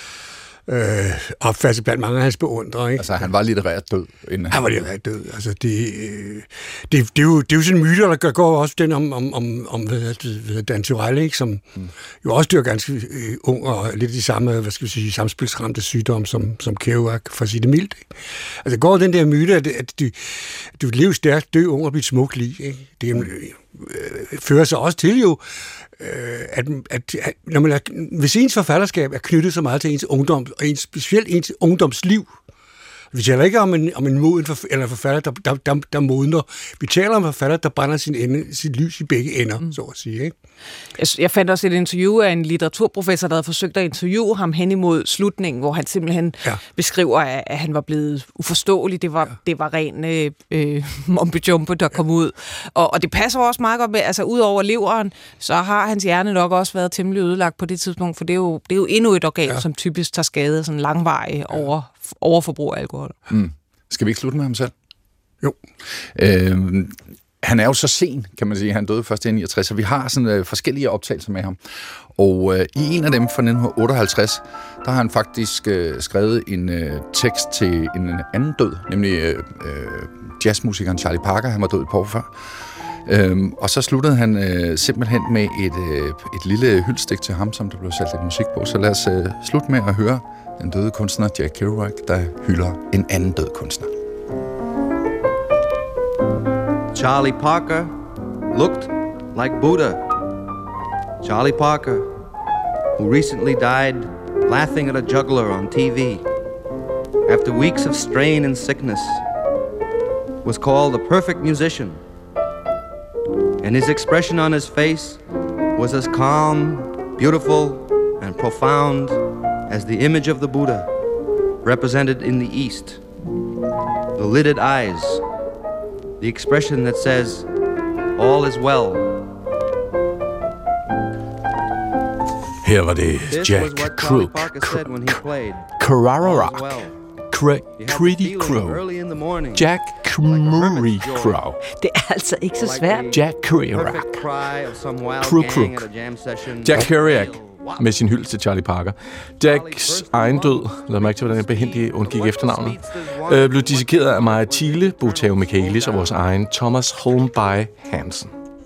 opfattelse blandt mange af hans beundrere. Ikke? Altså han var litterært død. Han var litterært død. Altså det er jo sådan en myte, der går også den om Dan Turell, ikke? Som jo også dør ganske ung og lidt i samme, samspilsramte sygdom som Kerouac, for at sige det mildt. Ikke? Altså går den der myte, at du lever stærkt, dø ung og blive smuk lige. Ikke? Det fører sig også til jo, at når man hvis ens forfatterskab er knyttet så meget til ens ungdom, og specielt ens ungdomsliv, vi taler ikke om en moden eller forfatter, der modner. Vi taler om forfatter, der brænder sit lys i begge ender, så at sige. Ikke? Jeg fandt også et interview af en litteraturprofessor, der havde forsøgt at interviewe ham hen imod slutningen, hvor han simpelthen beskriver, at han var blevet uforståelig. Det var ren mumbo-jumbo, der kom ud. Og det passer også meget godt med, altså ud over leveren, så har hans hjerne nok også været temmelig ødelagt på det tidspunkt, for det er jo endnu et organ, som typisk tager skade sådan langvarig overforbrug af alkohol. Skal vi ikke slutte med ham selv? Jo. Han er jo så sen, kan man sige. Han døde først i 1969, så vi har sådan forskellige optagelser med ham. Og i en af dem fra 1958, der har han faktisk skrevet en tekst til en anden død, nemlig jazzmusikeren Charlie Parker. Han var død et par år før. Og så sluttede han simpelthen med et lille hyldestik til ham, som der blev sat lidt musik på. Så lad os slutte med at høre den døde kunstner Jack Kerouac, der hylder en anden død kunstner. Charlie Parker looked like Buddha. Charlie Parker, who recently died laughing at a juggler on TV after weeks of strain and sickness, was called a perfect musician, and his expression on his face was as calm, beautiful, and profound as the image of the Buddha represented in the East. The lidded eyes, the expression that says, all is well. Her var det Jack Kerouac. Pretty Crow. Jack Kerouac. Det er altså ikke så svært. Jack Kerouac. Jack Kerouac med sin hyldest til Charlie Parker. Jacks egen død, lad mærke til, hvordan jeg behendigt undgik efternavnet, blev dissekeret af Maja Thiele, Botao Michaelis og vores egen Thomas Holmby Hansen.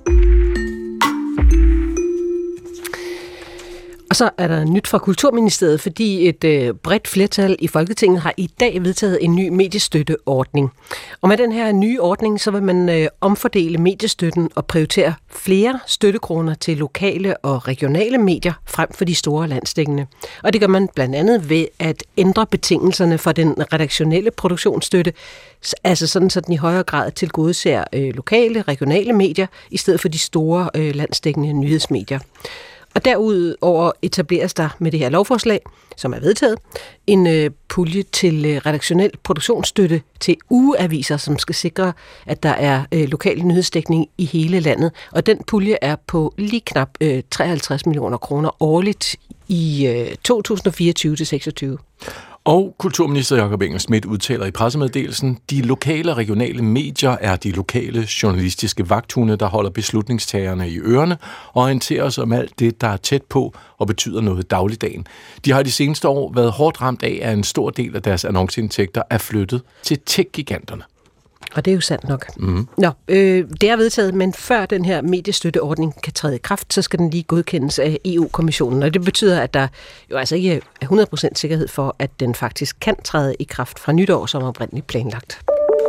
Og så er der nyt fra Kulturministeriet, fordi et bredt flertal i Folketinget har i dag vedtaget en ny mediestøtteordning. Og med den her nye ordning, så vil man omfordele mediestøtten og prioritere flere støttekroner til lokale og regionale medier frem for de store landsdækkende. Og det gør man blandt andet ved at ændre betingelserne for den redaktionelle produktionsstøtte, altså sådan, så den i højere grad tilgodeser lokale, regionale medier, i stedet for de store landsdækkende nyhedsmedier. Og derudover etableres der med det her lovforslag, som er vedtaget, en pulje til redaktionel produktionsstøtte til ugeaviser, som skal sikre, at der er lokal nyhedsdækning i hele landet. Og den pulje er på lige knap 53 millioner kroner årligt i 2024-26. Og kulturminister Jakob Engel-Schmidt udtaler i pressemeddelelsen, de lokale og regionale medier er de lokale journalistiske vagthunde, der holder beslutningstagerne i ørerne og orienterer os om alt det, der er tæt på og betyder noget i dagligdagen. De har de seneste år været hårdt ramt af, at en stor del af deres annonceindtægter er flyttet til tech-giganterne. Og det er jo sandt nok. Nå, det er vedtaget, men før den her mediestøtteordning kan træde i kraft, så skal den lige godkendes af EU-kommissionen. Og det betyder, at der jo altså ikke er 100% sikkerhed for, at den faktisk kan træde i kraft fra nytår, som oprindeligt planlagt.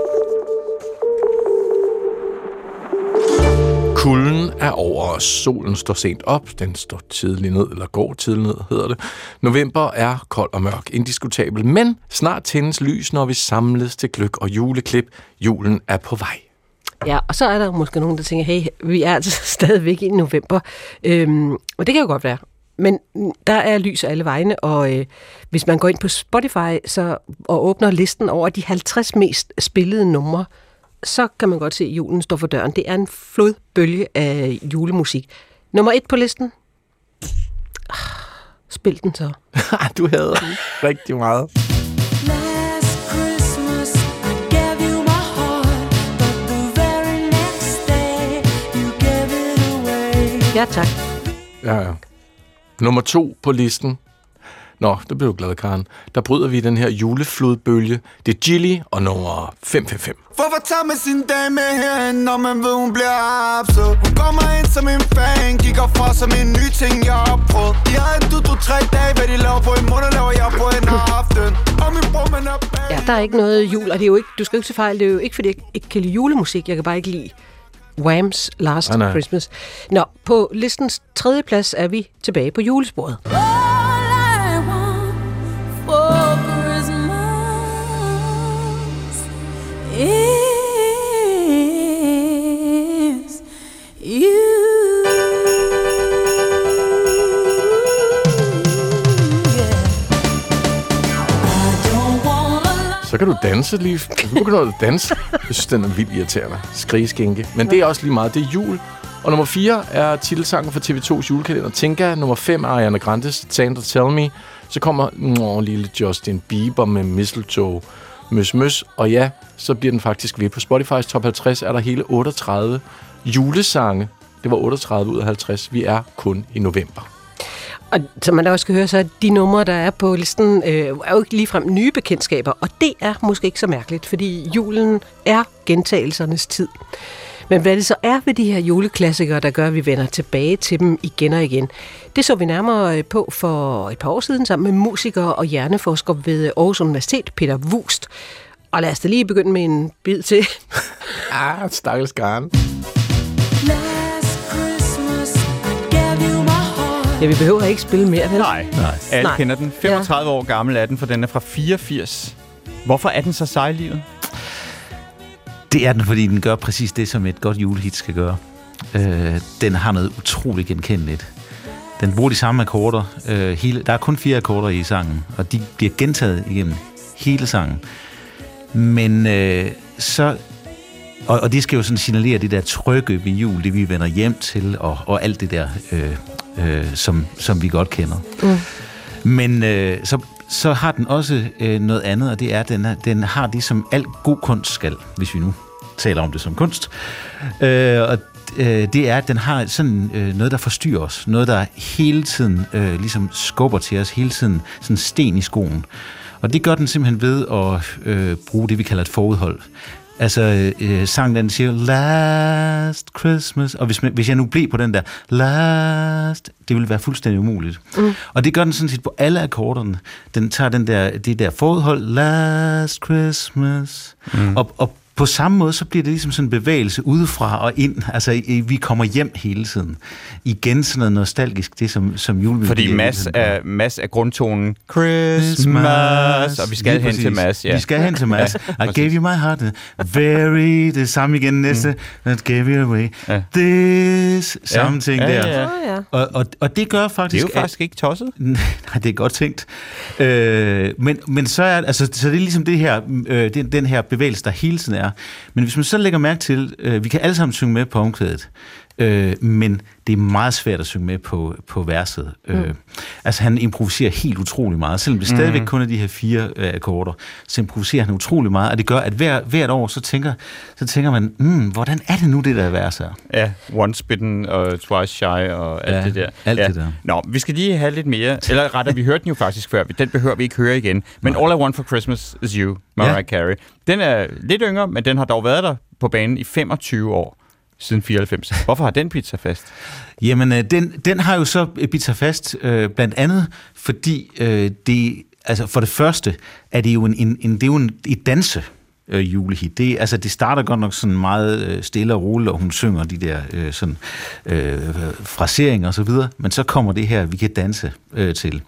Kulden er over os. Solen står sent op. Den står tidligt ned, eller går tidligt ned, hedder det. November er kold og mørk, indiskutabel, men snart tændes lys, når vi samles til gløgg og juleklip. Julen er på vej. Ja, og så er der måske nogen, der tænker, hey, vi er altså stadigvæk i november. Og det kan jo godt være. Men der er lys alle vegne, og hvis man går ind på Spotify og åbner listen over de 50 mest spillede numre, så kan man godt se, at julen står for døren. Det er en flodbølge af julemusik. Nummer 1 på listen. Spil den så. Du hader den rigtig meget. Ja, tak. Ja. Nummer 2 på listen. Nå, det blev glad, Karen. Der bryder vi den her juleflodbølge. Det er Gilly og nummer 555. Hvorfor tager man sin dame herhen, når man ved, hun bliver absurd? Hun kommer ind som en fan, kigger fra som en ny ting, jeg har prøvet. De har en 2-3 dage, hvad de laver på en måned, laver jeg på en aften. Og min bror, man er bag. Ja, der er ikke noget jul, og det er jo ikke, du skal jo ikke til fejl, det er jo ikke, fordi jeg ikke kan lide julemusik, jeg kan bare ikke lide Wham's Last Christmas. Nå, på listens 3. plads er vi tilbage på julesporet. Så kan du danse lige. Du kan danse. Jeg synes, den er vildt irriterende. Skrigeskænke. Men det er også lige meget. Det er jul. Og nummer 4 er titelsangen fra TV2's julekalender Tinka. Nummer 5 er Ariana Grandes Santa Tell Me. Så kommer lille Justin Bieber med Mistletoe. Møs. Og ja, så bliver den faktisk ved. På Spotify's top 50 er der hele 38 julesange. Det var 38 ud af 50. Vi er kun i november. Og som man da også skal høre, så er de numre, der er på listen, er jo ikke ligefrem nye bekendtskaber. Og det er måske ikke så mærkeligt, fordi julen er gentagelsernes tid. Men hvad det så er ved de her juleklassikere, der gør, at vi vender tilbage til dem igen og igen, det så vi nærmere på for et par år siden sammen med musiker og hjerneforsker ved Aarhus Universitet, Peter Vuust. Og lad os da lige begynde med en bid til. Stakkels Karen. Ja, vi behøver ikke spille mere, vel? Nej. Alle kender den. 35 år gammel er den, for den er fra 84. Hvorfor er den så sejlivet? Det er den, fordi den gør præcis det, som et godt julehit skal gøre. den har noget utroligt genkendeligt. Den bruger de samme akkorder. Der er kun 4 akkorder i sangen, og de bliver gentaget igennem hele sangen. Men og det skal jo sådan signalere det der trygge ved jul, det vi vender hjem til, og alt det der, som vi godt kender. Men så har den også noget andet, og det er, at den har det, som al god kunst skal, hvis vi nu taler om det som kunst. Og det er, at den har sådan noget, der forstyrrer os. Noget, der hele tiden ligesom skubber til os, hele tiden sådan sten i skoen. Og det gør den simpelthen ved at bruge det, vi kalder et forudhold. Altså, sangen den siger, Last Christmas, og hvis jeg nu blev på den der, Last, det ville være fuldstændig umuligt. Og det gør den sådan set på alle akkorderne. Den tager det der forudhold, Last Christmas, og på samme måde, så bliver det ligesom sådan en bevægelse udefra og ind. Altså, vi kommer hjem hele tiden. Igen sådan noget nostalgisk, det som julemelodi. Fordi Mads er grundtonen Christmas, og vi skal hen til Mads. Ja. Vi skal hen til Mads. I gave you my heart, very, det samme igen næste, that gave you away. This, samme ting der. Og det gør faktisk... Det er jo faktisk ikke tosset. Nej, det er godt tænkt. Men så er så det er ligesom det her, den her bevægelse, der hele tiden er. Men hvis man så lægger mærke til, vi kan alle sammen synge med på omkvædet, men det er meget svært at synge med på verset. Altså han improviserer helt utrolig meget, selvom det stadigvæk kun er de her 4 akkorder, så improviserer han utrolig meget, og det gør, at hvert år, så tænker man, hvordan er det nu, det der vers her? Ja, once bitten og twice shy og alt det der. Alt det der. Nå, vi skal lige have lidt mere, eller rettere, vi hørte den jo faktisk før, den behøver vi ikke høre igen, men All I Want for Christmas is You, Mariah Carey. Den er lidt yngre, men den har dog været der på banen i 25 år. Siden 94. Hvorfor har den bidt sig fast? Jamen, den har jo så bidt sig fast, blandt andet, fordi altså for det første er det jo et danse julehit. Det starter godt nok sådan meget stille og roligt, og hun synger de der fraseringer og så videre, men så kommer det her, vi kan danse til.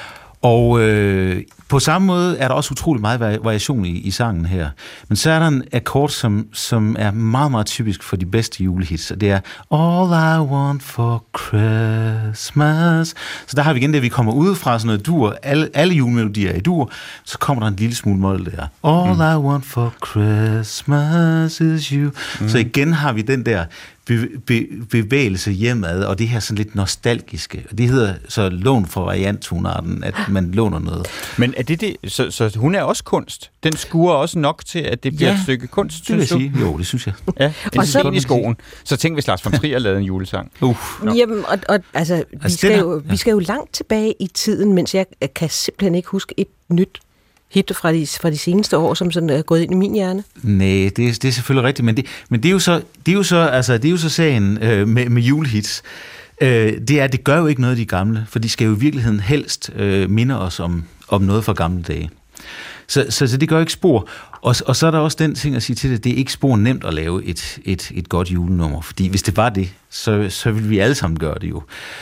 Og på samme måde er der også utrolig meget variation i sangen her. Men så er der en akkord, som er meget, meget typisk for de bedste julehits, og det er All I Want for Christmas. Så der har vi igen det, vi kommer ud fra sådan noget dur. Alle julemelodier er i dur. Så kommer der en lille smule mål der. All I Want for Christmas is You. Så igen har vi den der bevægelse hjemad, og det her sådan lidt nostalgiske. Og det hedder så lån for varianttonarten, at man låner noget. Men er det? Så hun er også kunst? Den skuer også nok til, at det bliver et stykke kunst, det vil jeg sige. Jo, det synes jeg. Ja, det er så i skoen. Så tænk, hvis Lars von Trier lavede en julesang. Jamen, altså vi skal jo langt tilbage i tiden, mens jeg kan simpelthen ikke huske et nyt hit fra de seneste år, som sådan er gået ind i min hjerne. Nej, det er selvfølgelig rigtigt, men det er jo så sagen med julehits. Det gør jo ikke noget af de gamle, for de skal jo i virkeligheden helst minde os om noget fra gamle dage. Så det gør ikke spor. Og så er der også den ting at sige til det er ikke spor nemt at lave et godt julenummer, fordi hvis det var det, så ville vi alle sammen gøre det jo.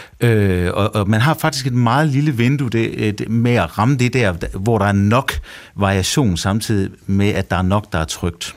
Og man har faktisk et meget lille vindue med at ramme det der, hvor der er nok variation, samtidig med, at der er nok, der er trygt.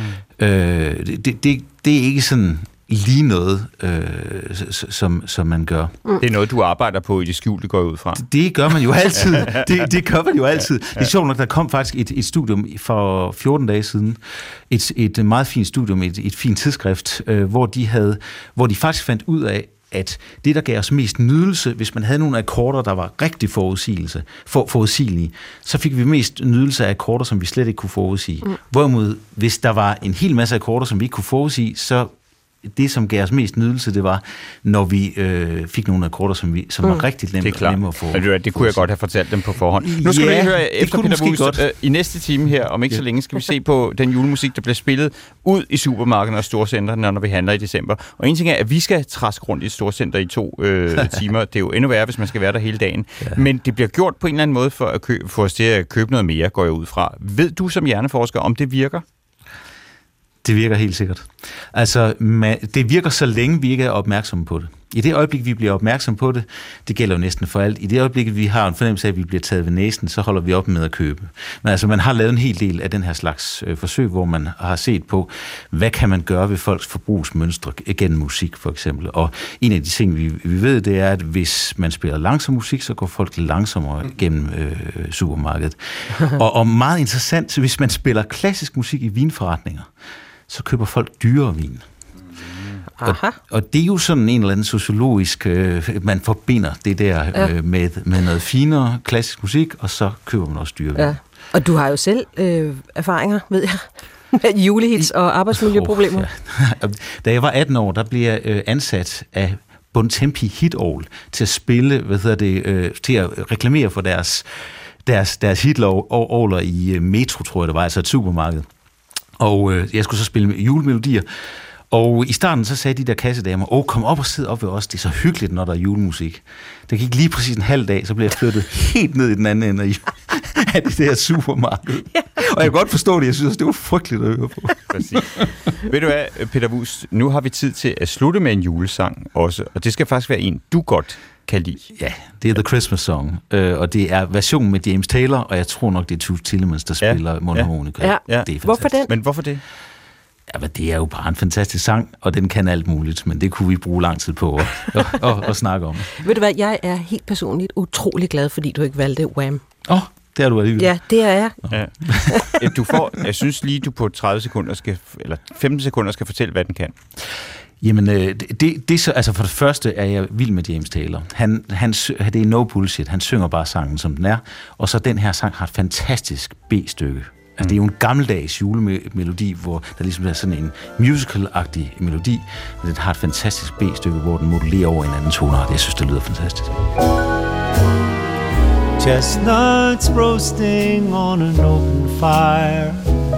Det er ikke sådan lige noget, som man gør. Det er noget, du arbejder på i det skjulte, går ud fra. Det gør man jo altid. Det gør man jo altid. Det er sjovt nok, der kom faktisk et studium for 14 dage siden. Et meget fint studium, et fint tidsskrift, hvor de faktisk fandt ud af, at det, der gav os mest nydelse, hvis man havde nogle akkorder, der var rigtig forudsigelige, så fik vi mest nydelse af akkorder, som vi slet ikke kunne forudsige. Hvorimod, hvis der var en hel masse akkorder, som vi ikke kunne forudsige, så det, som gav os mest nydelse, det var, når vi fik nogle akkorder, som var rigtig nemme at få. Det kunne jeg godt have fortalt dem på forhånd. Nu skal vi høre efter Peter Vuust. I næste time her, om ikke så længe, skal vi se på den julemusik, der bliver spillet ud i supermarkederne og storcentrene, når vi handler i december. Og en ting er, at vi skal traske rundt i et storcenter i 2 timer. Det er jo endnu værre, hvis man skal være der hele dagen. Ja. Men det bliver gjort på en eller anden måde for at få os til at købe noget mere, går jeg ud fra. Ved du som hjerneforsker, om det virker? Det virker helt sikkert. Altså, det virker så længe vi ikke er opmærksomme på det. I det øjeblik, vi bliver opmærksom på det, det gælder jo næsten for alt. I det øjeblik, vi har en fornemmelse af, at vi bliver taget ved næsen, så holder vi op med at købe. Men altså, man har lavet en hel del af den her slags forsøg, hvor man har set på, hvad kan man gøre ved folks forbrugsmønstre gennem musik, for eksempel. Og en af de ting, vi ved, det er, at hvis man spiller langsom musik, så går folk langsommere gennem supermarkedet. og meget interessant, hvis man spiller klassisk musik i vinforretninger, så køber folk dyrere vin. Og det er jo sådan en eller anden sociologisk, man forbinder det der med noget finere klassisk musik, og så køber man også dyrevin. Ja. Og du har jo selv erfaringer, ved jeg, med julehits og arbejdsmiljøproblemer. Ja. Da jeg var 18 år, der blev jeg ansat af Bontempi Hitorgel til at spille, til at reklamere for deres hitorgler i Metro, tror jeg det var, altså et supermarked. Og jeg skulle så spille julemelodier. Og i starten så sagde de der kassedamer, kom op og sid op ved os, det er så hyggeligt, når der er julemusik. Det gik lige præcis en halv dag, så blev jeg flyttet helt ned i den anden ende af det der supermarked. Og jeg kan godt forstå det, jeg synes, det var frygteligt at høre på. Præcis. Ved du hvad, Peter Vuust, nu har vi tid til at slutte med en julesang også, og det skal faktisk være en, du godt kan lide. Ja, det er The Christmas Song, og det er versionen med James Taylor, og jeg tror nok, det er Toots Thielemans, der spiller mundharmonika. Ja. Det er fantastisk. Hvorfor den? Men hvorfor det? Ja, men det er jo bare en fantastisk sang, og den kan alt muligt, men det kunne vi bruge lang tid på at snakke om. Ved du hvad, jeg er helt personligt utrolig glad, fordi du ikke valgte Wham. Det er du alligevel. Ja, det er jeg. Ja. Jeg synes lige, du på 30 sekunder eller 15 sekunder skal fortælle, hvad den kan. Jamen, det så, altså for det første er jeg vild med James Taylor. Det er no bullshit. Han synger bare sangen, som den er. Og så den her sang har et fantastisk B-stykke. Altså, det er jo en gammeldags julemelodi, hvor der ligesom er sådan en musical-agtig melodi, men den har et fantastisk B-stykke, hvor den modulerer over en anden tonart. Jeg synes, det lyder fantastisk. Chestnuts roasting on an open fire,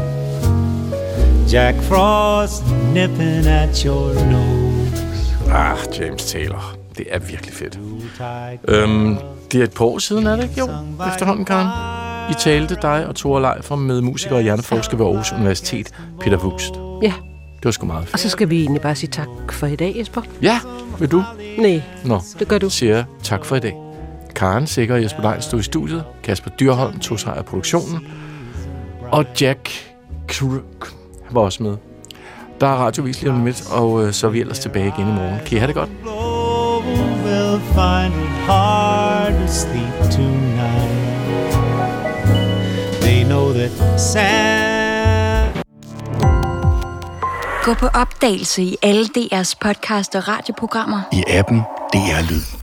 Jack Frost nipping at your nose. James Taylor. Det er virkelig fedt. Det er et par år siden, er det ikke? Jo, efterhånden, Karen. I talte dig og Tore Leifer med musiker og hjerneforsker ved Aarhus Universitet, Peter Vuust. Ja. Det var sgu meget fedt. Og så skal vi egentlig bare sige tak for i dag, Jesper. Ja, vil du? Nej, Nå, det gør du. Siger tak for i dag. Karen Sikker og Jesper Lein stod i studiet. Kasper Dyrholm tog sig af produktionen. Og Jack var også med. Der er radiovis lige om lidt, og så er vi ellers tilbage igen i morgen. Kan I have det godt? Will find it hard to sleep tonight. They know that Gå på opdagelse i alle DR's podcast og radioprogrammer. I appen DR Lyd.